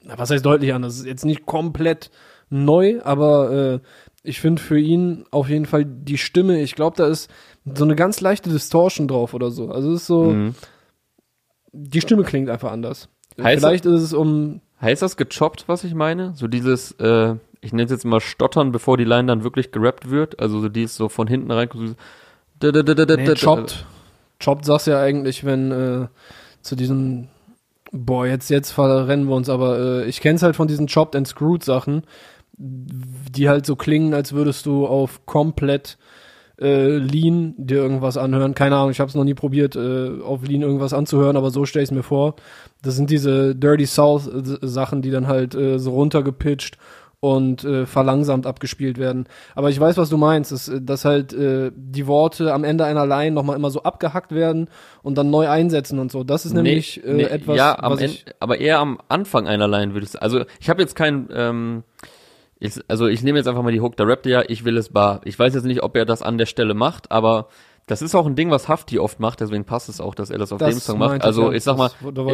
was heißt deutlich anders? Das ist jetzt nicht komplett neu, aber ich finde für ihn auf jeden Fall die Stimme, ich glaube, da ist so eine ganz leichte Distortion drauf oder so. Also es ist so, die Stimme klingt einfach anders. Vielleicht ist es Heißt das gechoppt, was ich meine? So dieses, ich nenne es jetzt mal Stottern, bevor die Line dann wirklich gerappt wird. Also so dieses so von hinten rein. Nee, Chopped sagst du ja eigentlich, wenn zu diesen, jetzt verrennen wir uns, aber ich kenn's halt von diesen Chopped and Screwed Sachen, die halt so klingen, als würdest du auf komplett Lean dir irgendwas anhören. Keine Ahnung, ich habe es noch nie probiert, auf Lean irgendwas anzuhören, aber so stelle ich es mir vor. Das sind diese Dirty South Sachen, die dann halt so runtergepitcht und verlangsamt abgespielt werden. Aber ich weiß, was du meinst, dass halt die Worte am Ende einer Line nochmal immer so abgehackt werden und dann neu einsetzen und so. Das ist nämlich etwas, ja, aber eher am Anfang einer Line würde ich sagen. Also ich habe jetzt kein ich nehme jetzt einfach mal die Hook, da rappt er ja, ich will es bar. Ich weiß jetzt nicht, ob er das an der Stelle macht, aber das ist auch ein Ding, was Hafti oft macht, deswegen passt es auch, dass er das auf dem Song macht. Also ich sag mal,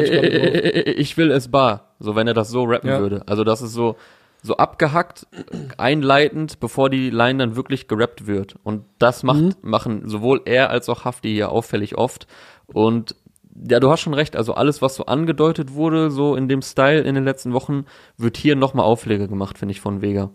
ich will es bar, so wenn er das so rappen würde. Also das ist so abgehackt, einleitend, bevor die Line dann wirklich gerappt wird. Und das machen sowohl er als auch Hafti hier auffällig oft. Und ja, du hast schon recht, also alles, was so angedeutet wurde, so in dem Style in den letzten Wochen, wird hier nochmal Aufschläge gemacht, finde ich, von Vega.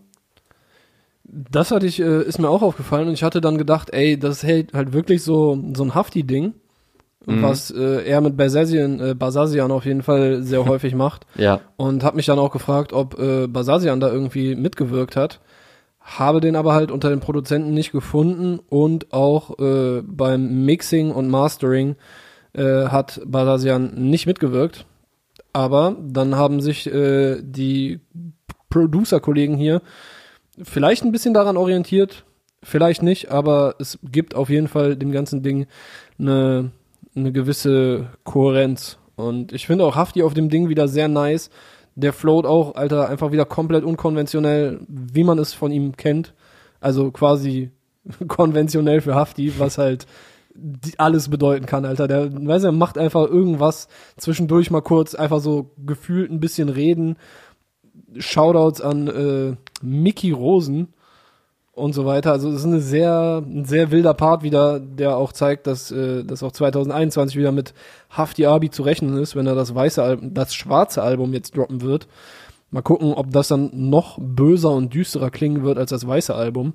Das ist mir auch aufgefallen und ich hatte dann gedacht, ey, das hält halt wirklich so ein Hafti-Ding, was er mit Basazian auf jeden Fall sehr häufig macht. Ja. Und habe mich dann auch gefragt, ob Basazian da irgendwie mitgewirkt hat. Habe den aber halt unter den Produzenten nicht gefunden und auch beim Mixing und Mastering hat Basazian nicht mitgewirkt. Aber dann haben sich die Producer-Kollegen hier vielleicht ein bisschen daran orientiert, vielleicht nicht, aber es gibt auf jeden Fall dem ganzen Ding eine gewisse Kohärenz. Und ich finde auch Hafti auf dem Ding wieder sehr nice. Der float auch, Alter, einfach wieder komplett unkonventionell, wie man es von ihm kennt. Also quasi konventionell für Hafti, was halt alles bedeuten kann, Alter. Der macht einfach irgendwas zwischendurch mal kurz, einfach so gefühlt ein bisschen reden. Shoutouts an Mickey Rosen und so weiter. Also es ist ein sehr wilder Part wieder, der auch zeigt, dass auch 2021 wieder mit Hafti Abi zu rechnen ist, wenn er das schwarze Album jetzt droppen wird. Mal gucken, ob das dann noch böser und düsterer klingen wird als das weiße Album.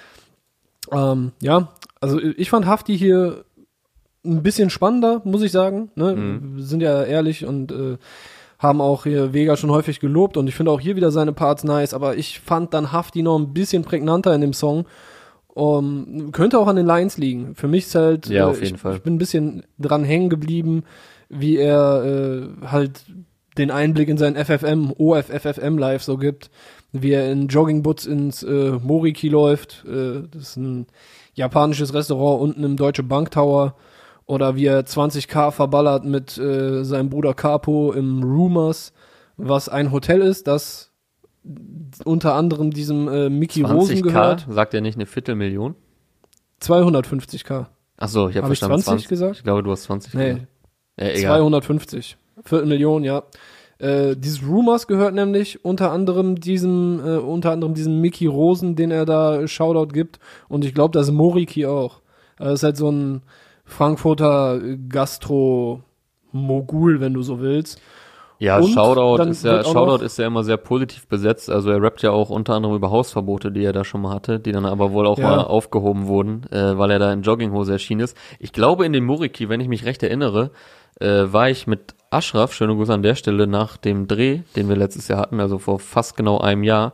Ja, also ich fand Hafti hier ein bisschen spannender, muss ich sagen. Ne? Wir sind ja ehrlich und haben auch hier Vega schon häufig gelobt und ich finde auch hier wieder seine Parts nice, aber ich fand dann Hafti noch ein bisschen prägnanter in dem Song. Könnte auch an den Lines liegen. Für mich ist halt, ja, auf jeden Fall. Ich bin ein bisschen dran hängen geblieben, wie er halt den Einblick in sein OFFFM Live so gibt, wie er in Joggingboots ins Moriki läuft, das ist ein japanisches Restaurant unten im Deutsche Bank Tower, oder wie er 20.000 verballert mit seinem Bruder Capo im Rumors, was ein Hotel ist, das unter anderem diesem Mickey Rosen gehört. Sagt er nicht eine Viertelmillion? 250.000. Ach so, ich habe verstanden. 20 gesagt? Ich glaube, du hast 20 gesagt. Nee, 250. Viertelmillion, ja. Dieses Rumors gehört nämlich unter anderem diesem Mickey Rosen, den er da Shoutout gibt. Und ich glaube, das ist Moriki auch. Das ist halt so ein Frankfurter Gastro-Mogul, wenn du so willst. Ja, und Shoutout ist ja immer sehr positiv besetzt. Also er rappt ja auch unter anderem über Hausverbote, die er da schon mal hatte, die dann aber wohl auch mal aufgehoben wurden, weil er da in Jogginghose erschienen ist. Ich glaube, in dem Moriki, wenn ich mich recht erinnere, war ich mit Ashraf, schöne Grüße an der Stelle, nach dem Dreh, den wir letztes Jahr hatten, also vor fast genau einem Jahr.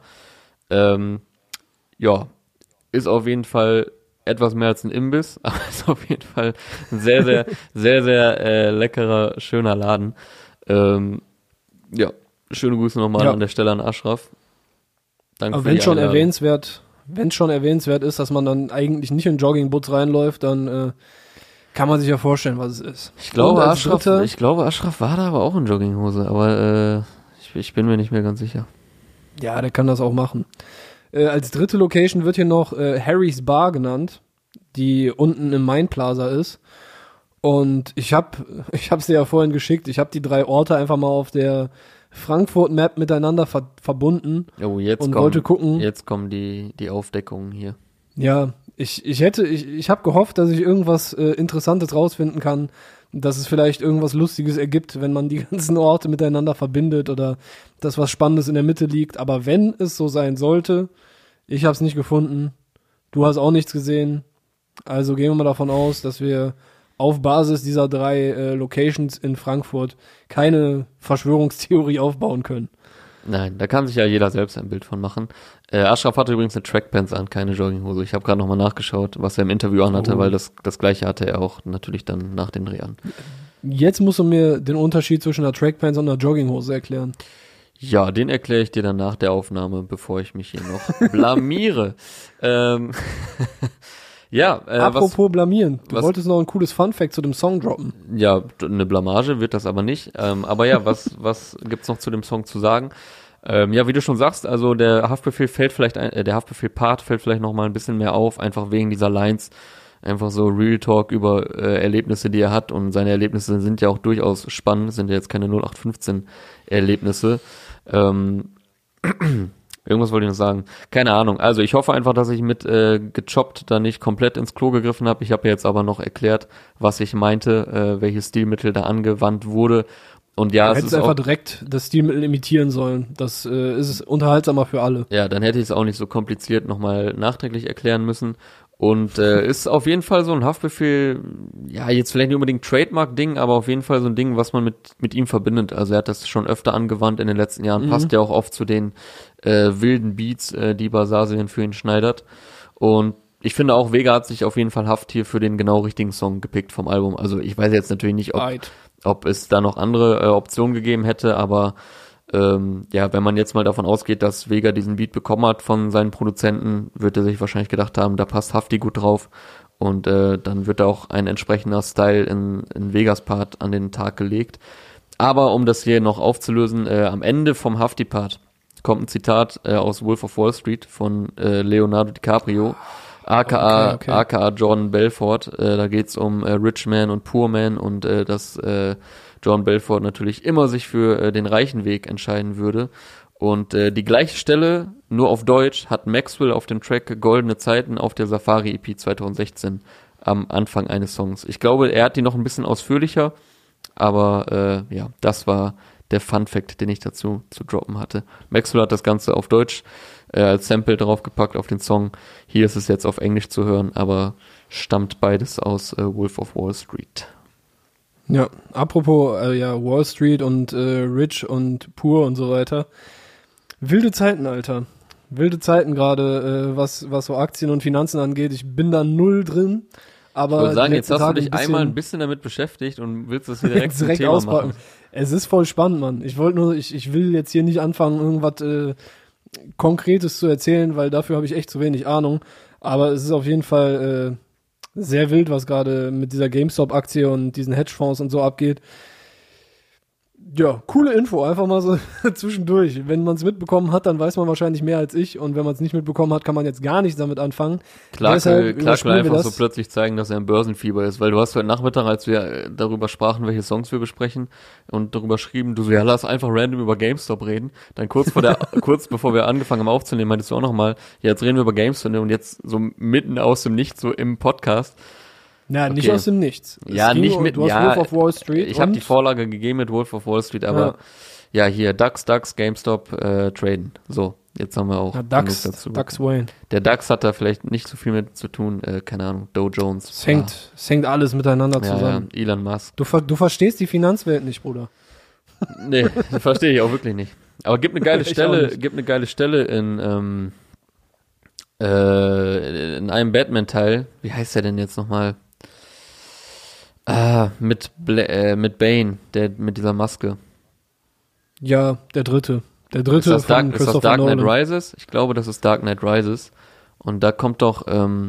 Ja, ist auf jeden Fall etwas mehr als ein Imbiss, aber ist auf jeden Fall ein sehr, sehr, sehr, sehr leckerer, schöner Laden. Ja, schöne Grüße nochmal an der Stelle an Ashraf. Danke aber wenn schon erwähnenswert ist, dass man dann eigentlich nicht in Joggingboots reinläuft, dann kann man sich ja vorstellen, was es ist. Ich glaube, Ashraf war da aber auch in Jogginghose, aber ich bin mir nicht mehr ganz sicher. Ja, der kann das auch machen. Als dritte Location wird hier noch Harry's Bar genannt, die unten im Main Plaza ist. Und ich hab's dir ja vorhin geschickt, ich habe die 3 Orte einfach mal auf der Frankfurt-Map miteinander verbunden und wollte gucken. Jetzt kommen die Aufdeckungen hier. Ja, ich habe gehofft, dass ich irgendwas Interessantes rausfinden kann, dass es vielleicht irgendwas Lustiges ergibt, wenn man die ganzen Orte miteinander verbindet oder dass was Spannendes in der Mitte liegt. Aber wenn es so sein sollte, ich habe es nicht gefunden, du hast auch nichts gesehen, also gehen wir mal davon aus, dass wir auf Basis dieser 3 Locations in Frankfurt keine Verschwörungstheorie aufbauen können. Nein, da kann sich ja jeder selbst ein Bild von machen. Ashraf hatte übrigens eine Trackpants an, keine Jogginghose. Ich habe gerade nochmal nachgeschaut, was er im Interview anhatte, weil das Gleiche hatte er auch natürlich dann nach den Dreh an. Jetzt musst du mir den Unterschied zwischen einer Trackpants und einer Jogginghose erklären. Ja, den erkläre ich dir dann nach der Aufnahme, bevor ich mich hier noch blamiere. Ja, apropos blamieren, du wolltest noch ein cooles Funfact zu dem Song droppen. Ja, eine Blamage wird das aber nicht. Aber ja, was gibt's noch zu dem Song zu sagen? Ja, wie du schon sagst, also der Haftbefehl-Part fällt vielleicht noch mal ein bisschen mehr auf, einfach wegen dieser Lines. Einfach so Real Talk über Erlebnisse, die er hat, und seine Erlebnisse sind ja auch durchaus spannend, sind ja jetzt keine 0815 Erlebnisse. Irgendwas wollte ich noch sagen. Keine Ahnung. Also ich hoffe einfach, dass ich mit gechoppt da nicht komplett ins Klo gegriffen habe. Ich habe jetzt aber noch erklärt, was ich meinte, welches Stilmittel da angewandt wurde. Und ja, du hättest einfach direkt das Stilmittel imitieren sollen. Das ist unterhaltsamer für alle. Ja, dann hätte ich es auch nicht so kompliziert nochmal nachträglich erklären müssen. Und ist auf jeden Fall so ein Haftbefehl, ja, jetzt vielleicht nicht unbedingt Trademark-Ding, aber auf jeden Fall so ein Ding, was man mit ihm verbindet. Also er hat das schon öfter angewandt in den letzten Jahren, passt ja auch oft zu den wilden Beats, die Barsasien für ihn schneidert. Und ich finde auch, Vega hat sich auf jeden Fall Haft hier für den genau richtigen Song gepickt vom Album. Also ich weiß jetzt natürlich nicht, ob es da noch andere Optionen gegeben hätte, aber ja, wenn man jetzt mal davon ausgeht, dass Vega diesen Beat bekommen hat von seinen Produzenten, wird er sich wahrscheinlich gedacht haben, da passt Hafti gut drauf, und dann wird da auch ein entsprechender Style in Vegas Part an den Tag gelegt. Aber um das hier noch aufzulösen, am Ende vom Hafti-Part kommt ein Zitat aus Wolf of Wall Street von Leonardo DiCaprio, aka Jordan Belfort. Da geht's um Rich Man und Poor Man, und dass Jordan Belfort natürlich immer sich für den reichen Weg entscheiden würde. Und die gleiche Stelle, nur auf Deutsch, hat Maxwell auf dem Track Goldene Zeiten auf der Safari EP 2016 am Anfang eines Songs. Ich glaube, er hat die noch ein bisschen ausführlicher, aber ja, das war der Fun-Fact, den ich dazu zu droppen hatte. Maxwell hat das Ganze auf Deutsch als Sample draufgepackt auf den Song. Hier ist es jetzt auf Englisch zu hören, aber stammt beides aus Wolf of Wall Street. Ja, apropos Wall Street und Rich und Poor und so weiter. Wilde Zeiten, Alter. Wilde Zeiten gerade, was so Aktien und Finanzen angeht. Ich bin da null drin. Aber ich würde sagen, jetzt hast du dich einmal ein bisschen damit beschäftigt und willst das hier direkt zum Thema auspacken. Machen. Es ist voll spannend, Mann. Ich will jetzt hier nicht anfangen, irgendwas Konkretes zu erzählen, weil dafür habe ich echt zu wenig Ahnung. Aber es ist auf jeden Fall sehr wild, was gerade mit dieser GameStop-Aktie und diesen Hedgefonds und so abgeht. Ja, coole Info, einfach mal so zwischendurch. Wenn man es mitbekommen hat, dann weiß man wahrscheinlich mehr als ich, und wenn man es nicht mitbekommen hat, kann man jetzt gar nichts damit anfangen. Clark will einfach so plötzlich zeigen, dass er im Börsenfieber ist, weil du hast heute Nachmittag, als wir darüber sprachen, welche Songs wir besprechen und darüber schrieben, du so, ja, lass einfach random über GameStop reden. Dann kurz bevor wir angefangen haben aufzunehmen, meintest du auch nochmal, ja, jetzt reden wir über GameStop, und jetzt so mitten aus dem Nichts, so im Podcast. Ja, okay. Nicht aus dem Nichts. Ja, nicht mit, du hast Wolf of Wall Street. Ich habe die Vorlage gegeben mit Wolf of Wall Street, aber ja hier, DAX, GameStop, traden. So, jetzt haben wir auch DAX Wayne. Der DAX hat da vielleicht nicht so viel mit zu tun, keine Ahnung, Dow Jones. Es hängt alles miteinander zusammen. Ja, Elon Musk. Du verstehst die Finanzwelt nicht, Bruder. Nee, das verstehe ich auch wirklich nicht. Aber gibt eine geile Stelle in einem Batman-Teil. Wie heißt der denn jetzt nochmal? Mit Bane, der mit dieser Maske. Ja, der dritte. Der dritte ist das Dark Knight Rises? Ich glaube, das ist Dark Knight Rises. Und da kommt doch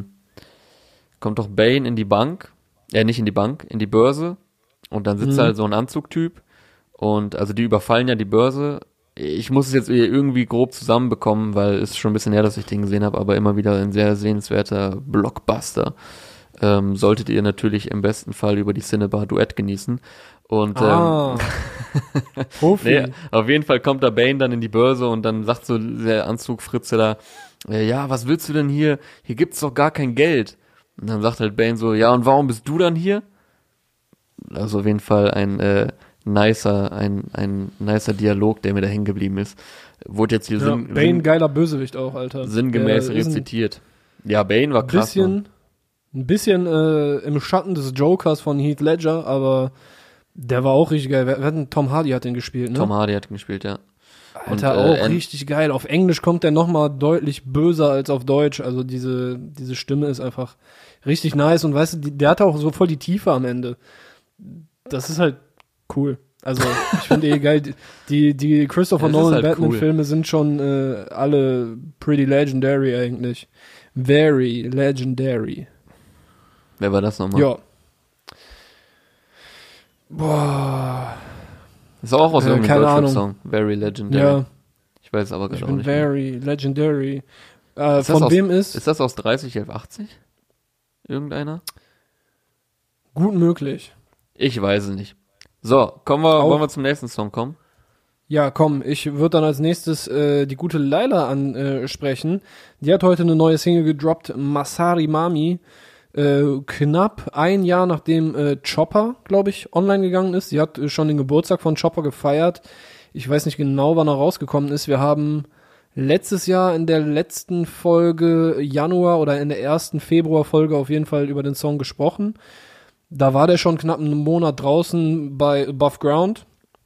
Bane in die Bank. Nicht in die Bank, in die Börse. Und dann sitzt halt so ein Anzugtyp. Und also die überfallen ja die Börse. Ich muss es jetzt irgendwie grob zusammenbekommen, weil es schon ein bisschen her, dass ich den gesehen habe, aber immer wieder ein sehr sehenswerter Blockbuster. solltet ihr natürlich im besten Fall über die Cinebar Duett genießen. Und nee, auf jeden Fall kommt da Bane dann in die Börse und dann sagt so der Anzugfritze da, ja, was willst du denn hier? Hier gibt's doch gar kein Geld. Und dann sagt halt Bane so, ja, und warum bist du dann hier? Also auf jeden Fall ein nicer Dialog, der mir da hängen geblieben ist. Wurde jetzt hier Bane geiler Bösewicht auch, Alter. Sinngemäß rezitiert. Ja, Bane war krass. Ein bisschen im Schatten des Jokers von Heath Ledger, aber der war auch richtig geil. Tom Hardy hat den gespielt, ne? Tom Hardy hat ihn gespielt, ja. Alter, und, auch richtig geil. Auf Englisch kommt der nochmal deutlich böser als auf Deutsch. Also diese Stimme ist einfach richtig nice. Und weißt du, der hat auch so voll die Tiefe am Ende. Das ist halt cool. Also ich finde geil. Die Christopher Nolan halt Batman-Filme sind schon alle pretty legendary eigentlich. Very legendary. Wer war das nochmal? Ja. Boah. Das ist auch aus irgendeinem Deutschrap-Song. Very Legendary. Ja. Ich weiß aber gerade auch nicht. Very Legendary. Von wem ist? Ist das aus 301180? Irgendeiner? Gut möglich. Ich weiß es nicht. So, wollen wir zum nächsten Song kommen? Ja, komm, ich würde dann als nächstes die gute Laila ansprechen. Die hat heute eine neue Single gedroppt, Masari Mami. Knapp ein Jahr nachdem Chopper, glaube ich, online gegangen ist. Sie hat schon den Geburtstag von Chopper gefeiert. Ich weiß nicht genau, wann er rausgekommen ist. Wir haben letztes Jahr in der letzten Folge Januar oder in der ersten Februarfolge auf jeden Fall über den Song gesprochen. Da war der schon knapp einen Monat draußen bei Above Ground.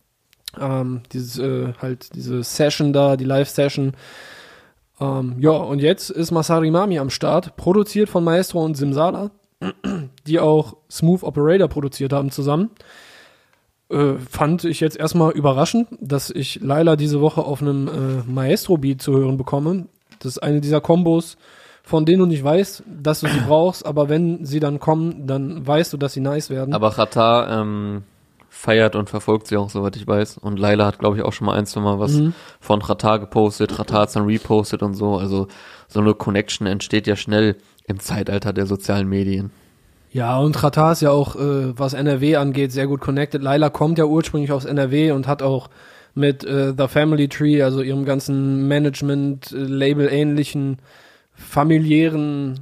Diese Session da, die Live-Session. Ja, und jetzt ist Masari Mami am Start, produziert von Maestro und Simsala, die auch Smooth Operator produziert haben zusammen. Fand ich jetzt erstmal überraschend, dass ich Laila diese Woche auf einem Maestro-Beat zu hören bekomme. Das ist eine dieser Kombos, von denen du nicht weißt, dass du sie brauchst, aber wenn sie dann kommen, dann weißt du, dass sie nice werden. Aber Xatar feiert und verfolgt sie auch, soweit ich weiß. Und Laila hat, glaube ich, auch schon mal zwei Mal was von Xatar gepostet. Xatar hat's dann repostet und so. Also so eine Connection entsteht ja schnell im Zeitalter der sozialen Medien. Ja, und Xatar ist ja auch, was NRW angeht, sehr gut connected. Laila kommt ja ursprünglich aus NRW und hat auch mit The Family Tree, also ihrem ganzen Management, Label-ähnlichen, familiären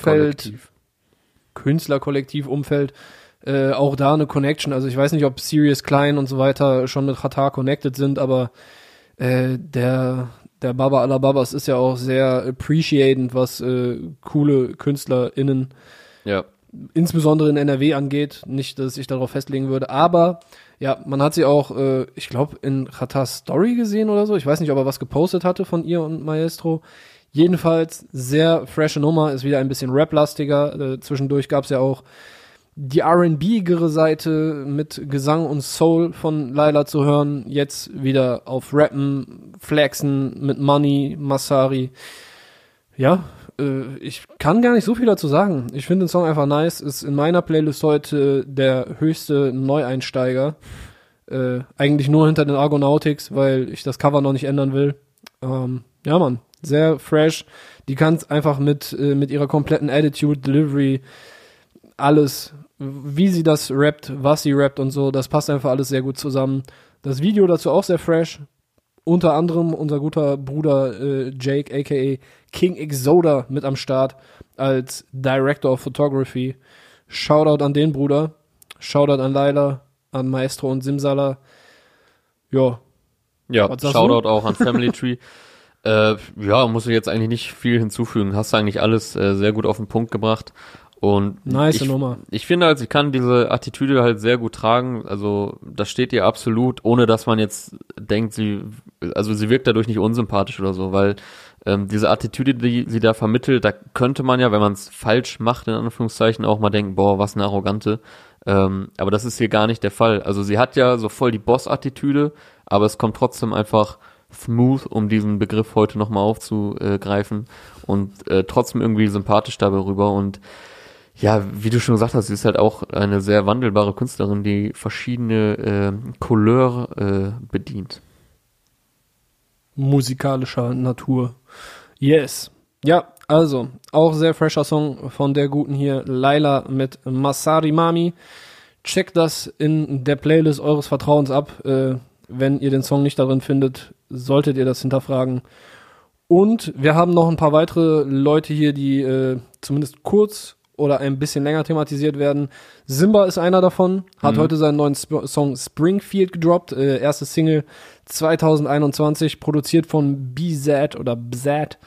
Künstlerkollektiv-Umfeld, auch da eine Connection. Also ich weiß nicht, ob Sirius Klein und so weiter schon mit Xatar connected sind, aber der Baba aller Babas ist ja auch sehr appreciated, was coole KünstlerInnen insbesondere in NRW angeht. Nicht, dass ich darauf festlegen würde, aber ja, man hat sie auch, ich glaube, in Xatars Story gesehen oder so. Ich weiß nicht, ob er was gepostet hatte von ihr und Maestro. Jedenfalls sehr frische Nummer, ist wieder ein bisschen Rap-lastiger. Zwischendurch gab es ja auch die R&B-gere Seite mit Gesang und Soul von Laila zu hören. Jetzt wieder auf Rappen, Flexen mit Money, Masari. Ja, ich kann gar nicht so viel dazu sagen. Ich finde den Song einfach nice. Ist in meiner Playlist heute der höchste Neueinsteiger. Eigentlich nur hinter den Argonautics, weil ich das Cover noch nicht ändern will. Ja, Mann. Sehr fresh. Die kann es einfach mit ihrer kompletten Attitude, Delivery, alles, wie sie das rappt, was sie rappt und so, das passt einfach alles sehr gut zusammen. Das Video dazu auch sehr fresh. Unter anderem unser guter Bruder Jake, a.k.a. King Exoda, mit am Start als Director of Photography. Shoutout an den Bruder. Shoutout an Laila, an Maestro und Simsala. Ja, Shoutout auch an Family Tree. Muss ich jetzt eigentlich nicht viel hinzufügen. Hast du eigentlich alles sehr gut auf den Punkt gebracht. Und nice Nummer. Ich finde halt, sie kann diese Attitüde halt sehr gut tragen. Also das steht ihr absolut, ohne dass man jetzt denkt, sie wirkt dadurch nicht unsympathisch oder so, weil diese Attitüde, die sie da vermittelt, da könnte man ja, wenn man es falsch macht, in Anführungszeichen, auch mal denken, boah, was eine Arrogante. Aber das ist hier gar nicht der Fall. Also sie hat ja so voll die Boss-Attitüde, aber es kommt trotzdem einfach smooth, um diesen Begriff heute nochmal aufzugreifen und trotzdem irgendwie sympathisch dabei rüber. Und ja, wie du schon gesagt hast, sie ist halt auch eine sehr wandelbare Künstlerin, die verschiedene Couleur bedient. Musikalischer Natur. Yes. Ja, also, auch sehr fresher Song von der guten hier, Laila mit Masari Mami. Checkt das in der Playlist eures Vertrauens ab. Wenn ihr den Song nicht darin findet, solltet ihr das hinterfragen. Und wir haben noch ein paar weitere Leute hier, die zumindest kurz oder ein bisschen länger thematisiert werden. Simba ist einer davon, hat heute seinen neuen Song Springfield gedroppt, erste Single 2021, produziert von BZ oder BZ.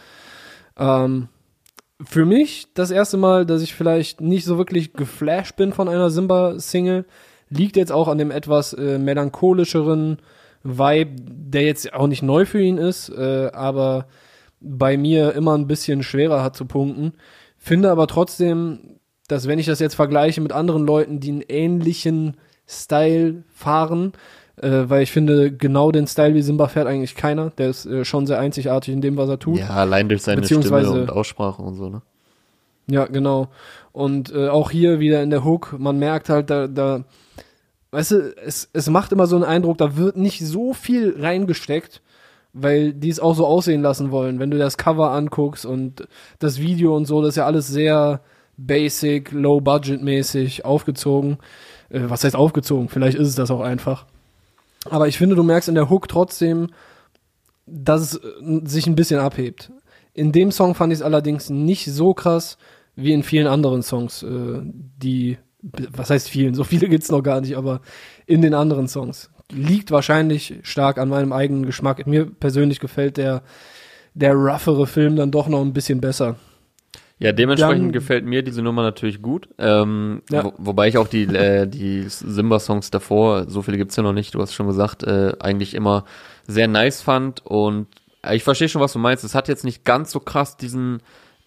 Für mich das erste Mal, dass ich vielleicht nicht so wirklich geflasht bin von einer Simba-Single, liegt jetzt auch an dem etwas melancholischeren Vibe, der jetzt auch nicht neu für ihn ist, aber bei mir immer ein bisschen schwerer hat zu punkten. Finde aber trotzdem, dass wenn ich das jetzt vergleiche mit anderen Leuten, die einen ähnlichen Style fahren, weil ich finde, genau den Style wie Simba fährt eigentlich keiner. Der ist schon sehr einzigartig in dem, was er tut. Ja, allein durch seine Stimme und Aussprache und so, ne? Ja, genau. Und auch hier wieder in der Hook, man merkt halt, da weißt du, es macht immer so einen Eindruck, da wird nicht so viel reingesteckt, weil die es auch so aussehen lassen wollen. Wenn du das Cover anguckst und das Video und so, das ist ja alles sehr basic, low-budget-mäßig aufgezogen. Was heißt aufgezogen? Vielleicht ist es das auch einfach. Aber ich finde, du merkst in der Hook trotzdem, dass es sich ein bisschen abhebt. In dem Song fand ich es allerdings nicht so krass wie in vielen anderen Songs, was heißt vielen? So viele gibt's noch gar nicht, aber in den anderen Songs. Liegt wahrscheinlich stark an meinem eigenen Geschmack. Mir persönlich gefällt der roughere Film dann doch noch ein bisschen besser. Ja, dementsprechend gefällt mir diese Nummer natürlich gut. Wobei ich auch die Simba-Songs davor, so viele gibt's ja noch nicht, du hast schon gesagt, eigentlich immer sehr nice fand. Und ich verstehe schon, was du meinst. Es hat jetzt nicht ganz so krass diesen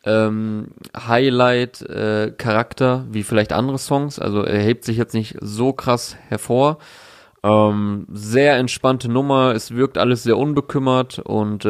Highlight-Charakter wie vielleicht andere Songs. Also er hebt sich jetzt nicht so krass hervor. Sehr entspannte Nummer. Es wirkt alles sehr unbekümmert und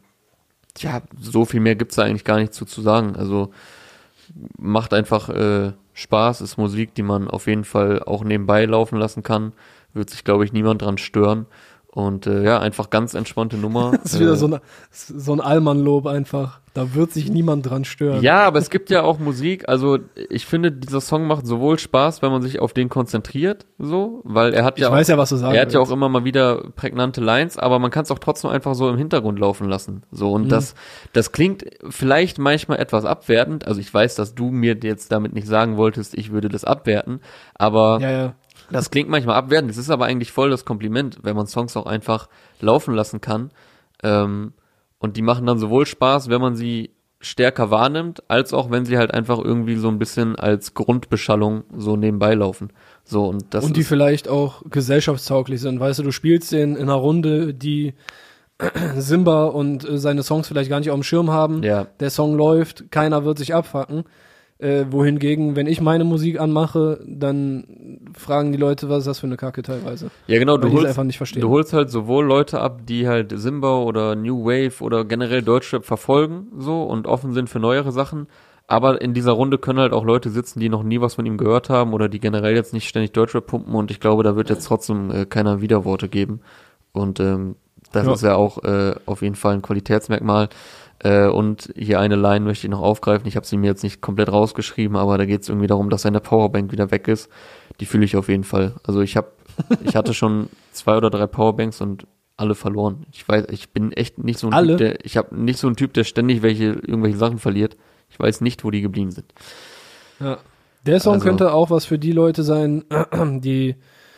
so viel mehr gibt's da eigentlich gar nicht zu sagen. Also macht einfach Spaß, ist Musik, die man auf jeden Fall auch nebenbei laufen lassen kann. Wird sich, glaube ich, niemand dran stören. Und einfach ganz entspannte Nummer. Das ist wieder so ein Allmann-Lob einfach. Da wird sich niemand dran stören. Ja, aber es gibt ja auch Musik. Also ich finde, dieser Song macht sowohl Spaß, wenn man sich auf den konzentriert, so, weil er hat ja weiß ja, was du sagen er hat ja auch immer mal wieder prägnante Lines, aber man kann es auch trotzdem einfach so im Hintergrund laufen lassen. So, und das klingt vielleicht manchmal etwas abwertend. Also ich weiß, dass du mir jetzt damit nicht sagen wolltest, ich würde das abwerten, aber ja. Das klingt manchmal abwertend. Das ist aber eigentlich voll das Kompliment, wenn man Songs auch einfach laufen lassen kann. Und die machen dann sowohl Spaß, wenn man sie stärker wahrnimmt, als auch wenn sie halt einfach irgendwie so ein bisschen als Grundbeschallung so nebenbei laufen. So, und die vielleicht auch gesellschaftstauglich sind. Weißt du spielst den in einer Runde, die Simba und seine Songs vielleicht gar nicht auf dem Schirm haben. Ja. Der Song läuft, keiner wird sich abfacken. Wohingegen, wenn ich meine Musik anmache, dann fragen die Leute, was ist das für eine Kacke teilweise. Ja, genau, du holst halt sowohl Leute ab, die halt Simba oder New Wave oder generell Deutschrap verfolgen, so, und offen sind für neuere Sachen. Aber in dieser Runde können halt auch Leute sitzen, die noch nie was von ihm gehört haben oder die generell jetzt nicht ständig Deutschrap pumpen, und ich glaube, da wird jetzt trotzdem keiner Widerworte geben. Und das ist ja auch auf jeden Fall ein Qualitätsmerkmal. Und hier eine Line möchte ich noch aufgreifen. Ich habe sie mir jetzt nicht komplett rausgeschrieben, aber da geht es irgendwie darum, dass seine Powerbank wieder weg ist. Die fühle ich auf jeden Fall. Also ich hatte schon 2 oder 3 Powerbanks und alle verloren. Ich bin echt nicht so ein Typ, ich habe nicht so einen Typ, der ständig irgendwelche Sachen verliert. Ich weiß nicht, wo die geblieben sind. Ja. Der Song könnte auch was für die Leute sein, die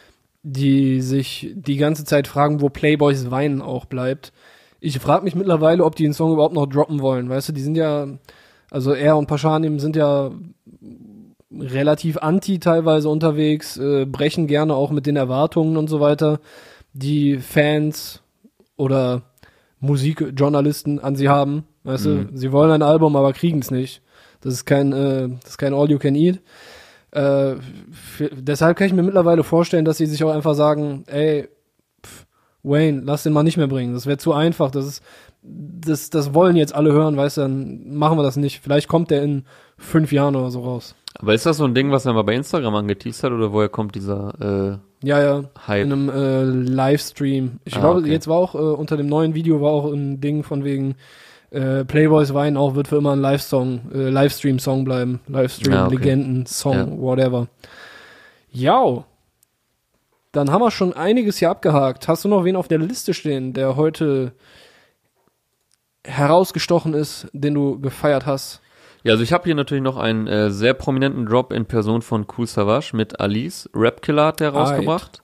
sich die ganze Zeit fragen, wo Playboys Weinen auch bleibt. Ich frage mich mittlerweile, ob die den Song überhaupt noch droppen wollen. Weißt du, die sind ja, also er und Pashanim sind ja relativ anti teilweise unterwegs, brechen gerne auch mit den Erwartungen und so weiter, die Fans oder Musikjournalisten an sie haben. Weißt du, sie wollen ein Album, aber kriegen es nicht. Das ist kein All You Can Eat. Deshalb kann ich mir mittlerweile vorstellen, dass sie sich auch einfach sagen, ey, Wayne, lass den mal nicht mehr bringen. Das wäre zu einfach. Das wollen jetzt alle hören, weißt du, dann machen wir das nicht. Vielleicht kommt der in 5 Jahren oder so raus. Aber ist das so ein Ding, was er mal bei Instagram angeteased hat, oder woher kommt dieser Hype? In einem Livestream. Ich glaube, jetzt war auch unter dem neuen Video war auch ein Ding von wegen Playboys Wein auch wird für immer ein Livestream-Song bleiben. Livestream-Legenden-Song, whatever. Ja, dann haben wir schon einiges hier abgehakt. Hast du noch wen auf der Liste stehen, der heute herausgestochen ist, den du gefeiert hast? Ja, also ich habe hier natürlich noch einen sehr prominenten Drop in Person von Kool Savas mit Alice. Rapkiller hat der rausgebracht.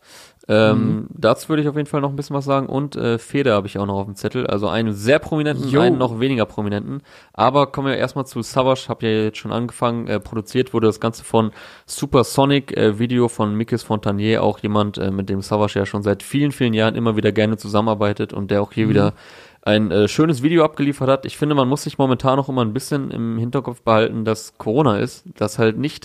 Dazu würde ich auf jeden Fall noch ein bisschen was sagen. Und Feder habe ich auch noch auf dem Zettel. Also einen sehr prominenten, einen noch weniger prominenten. Aber kommen wir erstmal zu Savas. Hab ja jetzt schon angefangen. Produziert wurde das Ganze von Supersonic. Video von Mikis Fontanier. Auch jemand, mit dem Savas ja schon seit vielen, vielen Jahren immer wieder gerne zusammenarbeitet. Und der auch hier wieder ein schönes Video abgeliefert hat. Ich finde, man muss sich momentan noch immer ein bisschen im Hinterkopf behalten, dass Corona ist. Dass halt nicht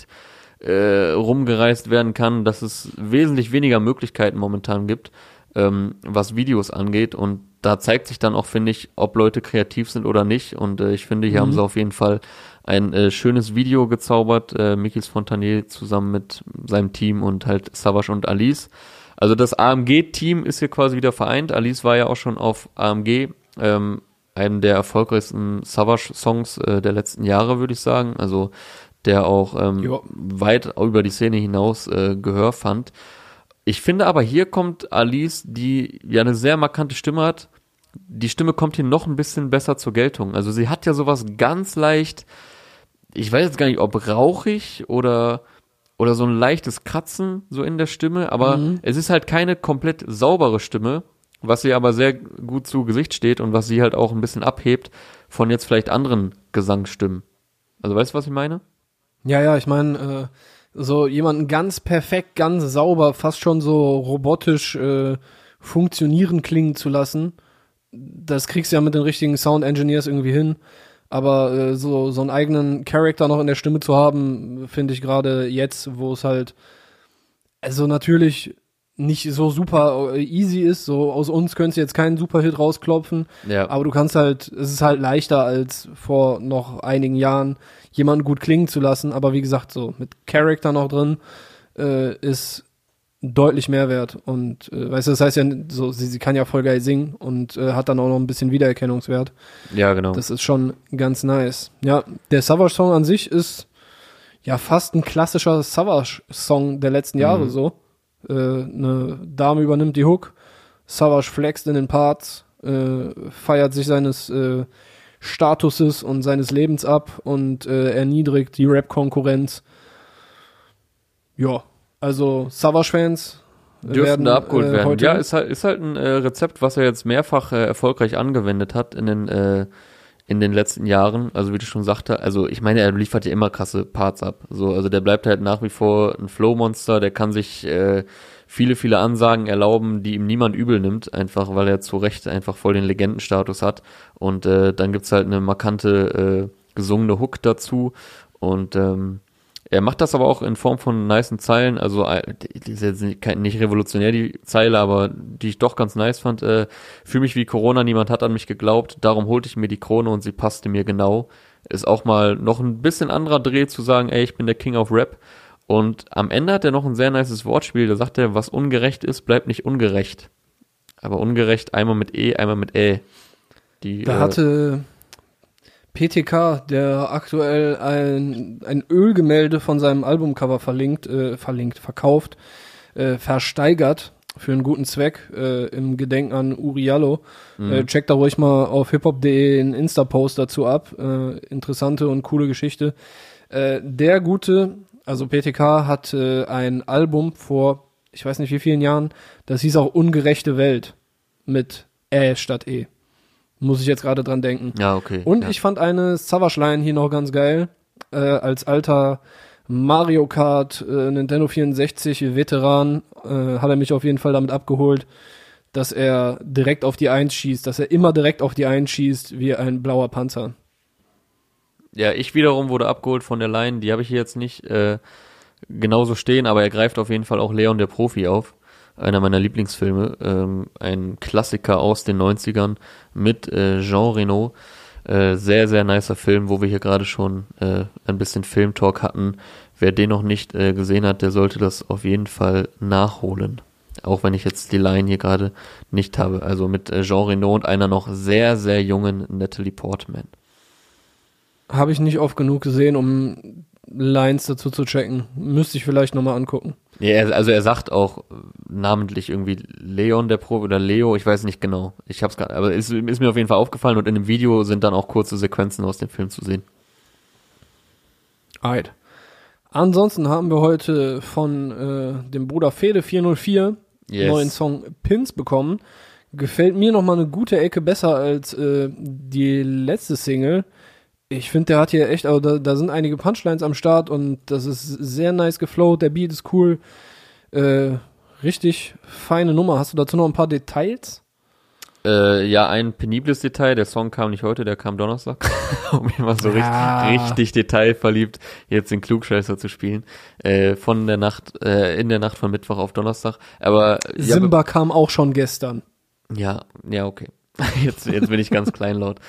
rumgereist werden kann, dass es wesentlich weniger Möglichkeiten momentan gibt, was Videos angeht, und da zeigt sich dann auch, finde ich, ob Leute kreativ sind oder nicht, und ich finde, hier haben sie auf jeden Fall ein schönes Video gezaubert, Mikis Fontanier zusammen mit seinem Team und halt Savas und Alice. Also das AMG-Team ist hier quasi wieder vereint. Alice war ja auch schon auf AMG, einem der erfolgreichsten Savas-Songs der letzten Jahre, würde ich sagen, also der auch weit über die Szene hinaus Gehör fand. Ich finde aber, hier kommt Alice, die ja eine sehr markante Stimme hat. Die Stimme kommt hier noch ein bisschen besser zur Geltung. Also sie hat ja sowas ganz leicht, ich weiß jetzt gar nicht, ob rauchig oder so ein leichtes Kratzen so in der Stimme, aber es ist halt keine komplett saubere Stimme, was ihr aber sehr gut zu Gesicht steht und was sie halt auch ein bisschen abhebt von jetzt vielleicht anderen Gesangsstimmen. Also weißt du, was ich meine? Ja, ich meine, so jemanden ganz perfekt, ganz sauber, fast schon so robotisch funktionieren klingen zu lassen, das kriegst du ja mit den richtigen Sound Engineers irgendwie hin. Aber so einen eigenen Charakter noch in der Stimme zu haben, finde ich gerade jetzt, wo es halt also natürlich nicht so super easy ist, so aus uns könntest du jetzt keinen Superhit rausklopfen, aber du kannst halt, es ist halt leichter als vor noch einigen Jahren jemanden gut klingen zu lassen, aber wie gesagt, so mit Charakter noch drin ist deutlich mehr wert und weißt du, das heißt ja so, sie kann ja voll geil singen und hat dann auch noch ein bisschen Wiedererkennungswert. Ja, genau. Das ist schon ganz nice. Ja, der Savas-Song an sich ist ja fast ein klassischer Savas-Song der letzten Jahre so. Eine Dame übernimmt die Hook, Savas flext in den Parts, feiert sich seines Statuses und seines Lebens ab und erniedrigt die Rap-Konkurrenz. Ja, also Savas-Fans dürfen da abgeholt werden. Heute ist halt ein Rezept, was er jetzt mehrfach erfolgreich angewendet hat in den letzten Jahren. Also wie du schon sagte, also ich meine, er liefert ja immer krasse Parts ab. So, also der bleibt halt nach wie vor ein Flow-Monster, der kann sich viele, viele Ansagen erlauben, die ihm niemand übel nimmt, einfach weil er zu Recht einfach voll den Legendenstatus hat. Und dann gibt's halt eine markante gesungene Hook dazu. Und er macht das aber auch in Form von nicen Zeilen, also die ist jetzt nicht revolutionär, die Zeile, aber die ich doch ganz nice fand. Fühl mich wie Corona, niemand hat an mich geglaubt, darum holte ich mir die Krone und sie passte mir genau. Ist auch mal noch ein bisschen anderer Dreh zu sagen, ey, ich bin der King of Rap. Und am Ende hat er noch ein sehr nices Wortspiel, da sagt er, was ungerecht ist, bleibt nicht ungerecht. Aber ungerecht einmal mit E, einmal mit Ä. Da hatte PTK, der aktuell ein Ölgemälde von seinem Albumcover verkauft, versteigert für einen guten Zweck im Gedenken an Uriallo. Checkt da ruhig mal auf hiphop.de einen Insta-Post dazu ab. Interessante und coole Geschichte. Der Gute, also PTK, hat ein Album vor, ich weiß nicht wie vielen Jahren, das hieß auch Ungerechte Welt mit Ä statt E. Muss ich jetzt gerade dran denken. Ja, okay. Und ich fand eine Savas-Line hier noch ganz geil. Als alter Mario Kart, Nintendo 64 Veteran hat er mich auf jeden Fall damit abgeholt, dass er direkt auf die 1 schießt, dass er immer direkt auf die 1 schießt wie ein blauer Panzer. Ja, ich wiederum wurde abgeholt von der Line, die habe ich hier jetzt nicht genauso stehen, aber er greift auf jeden Fall auch Leon der Profi auf. Einer meiner Lieblingsfilme, ein Klassiker aus den 90ern mit Jean Reno. Sehr, sehr nicer Film, wo wir hier gerade schon ein bisschen Filmtalk hatten. Wer den noch nicht gesehen hat, der sollte das auf jeden Fall nachholen. Auch wenn ich jetzt die Line hier gerade nicht habe. Also mit Jean Reno und einer noch sehr, sehr jungen Natalie Portman. Habe ich nicht oft genug gesehen, um Lines dazu zu checken. Müsste ich vielleicht nochmal angucken. Ja, also er sagt auch namentlich irgendwie Leon der Profi oder Leo, ich weiß nicht genau. Ich hab's gerade, aber ist mir auf jeden Fall aufgefallen und in dem Video sind dann auch kurze Sequenzen aus dem Film zu sehen. Alright. Ansonsten haben wir heute von dem Bruder Fede 404 neuen Song Pins bekommen. Gefällt mir nochmal eine gute Ecke besser als die letzte Single. Ich finde, der hat hier echt, also da sind einige Punchlines am Start und das ist sehr nice geflowt, der Beat ist cool. Richtig feine Nummer. Hast du dazu noch ein paar Details? Ja, ein penibles Detail, der Song kam nicht heute, der kam Donnerstag, um ihn mal so richtig detailverliebt jetzt den Klugscheißer zu spielen, in der Nacht von Mittwoch auf Donnerstag, aber Simba kam auch schon gestern. Ja, okay. Jetzt bin ich ganz kleinlaut.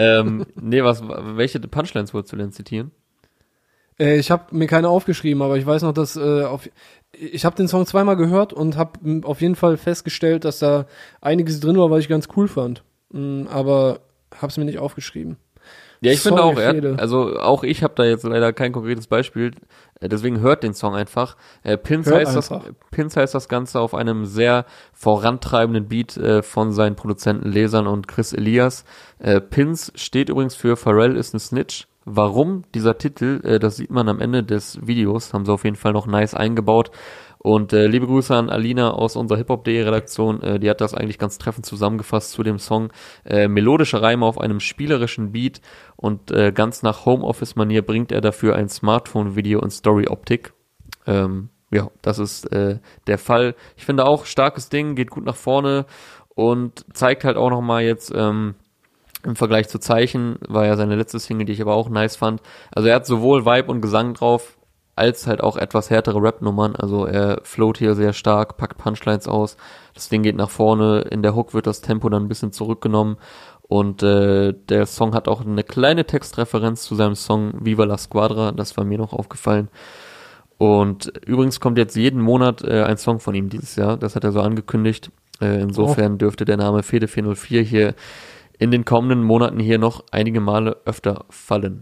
Welche Punchlines wolltest du denn zitieren? Ich habe mir keine aufgeschrieben, aber ich weiß noch, dass ich habe den Song zweimal gehört und habe auf jeden Fall festgestellt, dass da einiges drin war, was ich ganz cool fand. Aber habe es mir nicht aufgeschrieben. Ja, ich finde auch, also auch ich habe da jetzt leider kein konkretes Beispiel, deswegen hört den Song einfach. Pins heißt das Ganze auf einem sehr vorantreibenden Beat von seinen Produzenten Lesern und Chris Elias. Pins steht übrigens für Pharrell ist ein Snitch. Warum dieser Titel, das sieht man am Ende des Videos, haben sie auf jeden Fall noch nice eingebaut. Und liebe Grüße an Alina aus unserer Hip-Hop.de Redaktion, die hat das eigentlich ganz treffend zusammengefasst zu dem Song. Melodische Reime auf einem spielerischen Beat und ganz nach Homeoffice-Manier bringt er dafür ein Smartphone-Video in Story-Optik. Ja, das ist der Fall. Ich finde auch, starkes Ding, geht gut nach vorne und zeigt halt auch nochmal jetzt im Vergleich zu Zeichen, war ja seine letzte Single, die ich aber auch nice fand. Also er hat sowohl Vibe und Gesang drauf, als halt auch etwas härtere Rap-Nummern. Also er float hier sehr stark, packt Punchlines aus. Das Ding geht nach vorne. In der Hook wird das Tempo dann ein bisschen zurückgenommen. Und der Song hat auch eine kleine Textreferenz zu seinem Song Viva la Squadra. Das war mir noch aufgefallen. Und übrigens kommt jetzt jeden Monat ein Song von ihm dieses Jahr. Das hat er so angekündigt. Insofern dürfte der Name Fede 404 hier in den kommenden Monaten hier noch einige Male öfter fallen.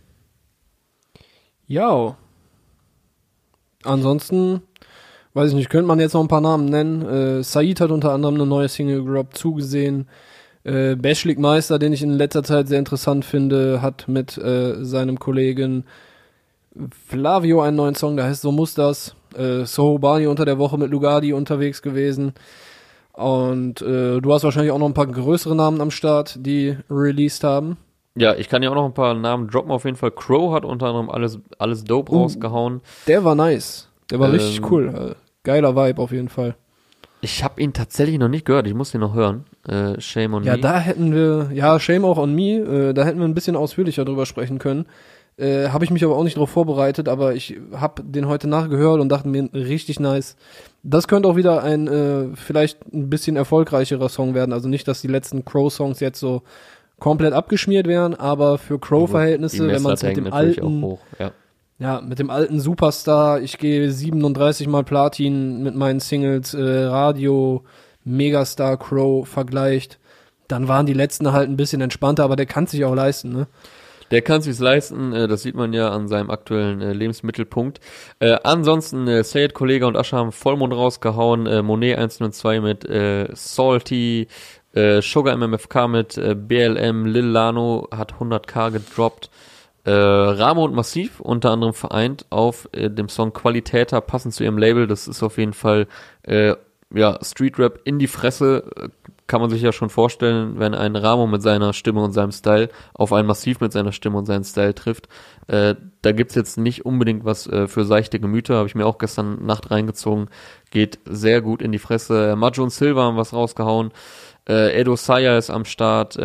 Ja. Ansonsten, weiß ich nicht, könnte man jetzt noch ein paar Namen nennen. Said hat unter anderem eine neue Single gedroppt, zugesehen. Bashlik Meister, den ich in letzter Zeit sehr interessant finde, hat mit seinem Kollegen Flavio einen neuen Song, der heißt So muss das. Soho Bani unter der Woche mit Lugardi unterwegs gewesen. Und du hast wahrscheinlich auch noch ein paar größere Namen am Start, die released haben. Ja, ich kann ja auch noch ein paar Namen droppen. Auf jeden Fall Crow hat unter anderem alles dope rausgehauen. Der war nice. Der war richtig cool. Geiler Vibe auf jeden Fall. Ich habe ihn tatsächlich noch nicht gehört. Ich muss ihn noch hören. Shame on Me. Ja, da hätten wir, Shame auch on Me. Da hätten wir ein bisschen ausführlicher drüber sprechen können. Habe ich mich aber auch nicht darauf vorbereitet, aber ich habe den heute nachgehört und dachte mir, richtig nice. Das könnte auch wieder ein vielleicht ein bisschen erfolgreicherer Song werden. Also nicht, dass die letzten Crow-Songs jetzt so komplett abgeschmiert wären, aber für Crow-Verhältnisse, wenn man es mit dem alten, mit dem alten Superstar, ich gehe 37 mal Platin mit meinen Singles, Radio, Megastar, Crow vergleicht, dann waren die letzten halt ein bisschen entspannter, aber der kann sich auch leisten, ne? Der kann sich's leisten, das sieht man ja an seinem aktuellen Lebensmittelpunkt. Ansonsten Sayed, Kollega und Ascha haben Vollmond rausgehauen, Monet 102 mit Salty, Sugar MMFK mit BLM, Lil Lano hat 100k gedroppt, Ramo und Massiv unter anderem vereint auf dem Song Qualitäter, passend zu ihrem Label. Das ist auf jeden Fall Street Rap in die Fresse, kann man sich ja schon vorstellen, wenn ein Ramo mit seiner Stimme und seinem Style auf ein Massiv mit seiner Stimme und seinem Style trifft. Da gibt's jetzt nicht unbedingt was für seichte Gemüter, habe ich mir auch gestern Nacht reingezogen, geht sehr gut in die Fresse. Majo und Silva haben was rausgehauen, Edo Saya ist am Start,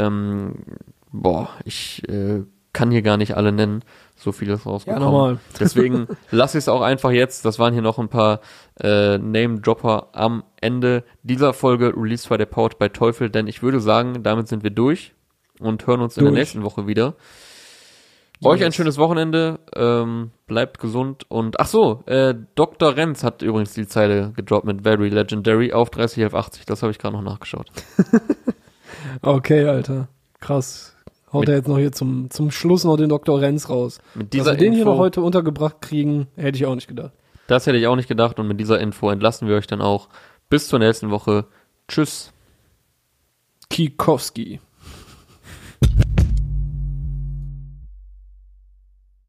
ich kann hier gar nicht alle nennen, so viel ist rausgekommen. Ja, normal. Deswegen lasse ich es auch einfach jetzt, das waren hier noch ein paar Name-Dropper am Ende dieser Folge, Release Friday Powered by Teufel, denn ich würde sagen, damit sind wir durch und hören uns in der nächsten Woche wieder. Euch ein schönes Wochenende, bleibt gesund und ach so, Dr. Renz hat übrigens die Zeile gedroppt mit Very Legendary auf 301180, das habe ich gerade noch nachgeschaut. Okay, Alter, krass. Haut er jetzt noch hier zum Schluss noch den Dr. Renz raus. Mit dieser Dass wir den hier noch heute untergebracht kriegen, hätte ich auch nicht gedacht. Das hätte ich auch nicht gedacht und mit dieser Info entlassen wir euch dann auch. Bis zur nächsten Woche. Tschüss. Kikowski.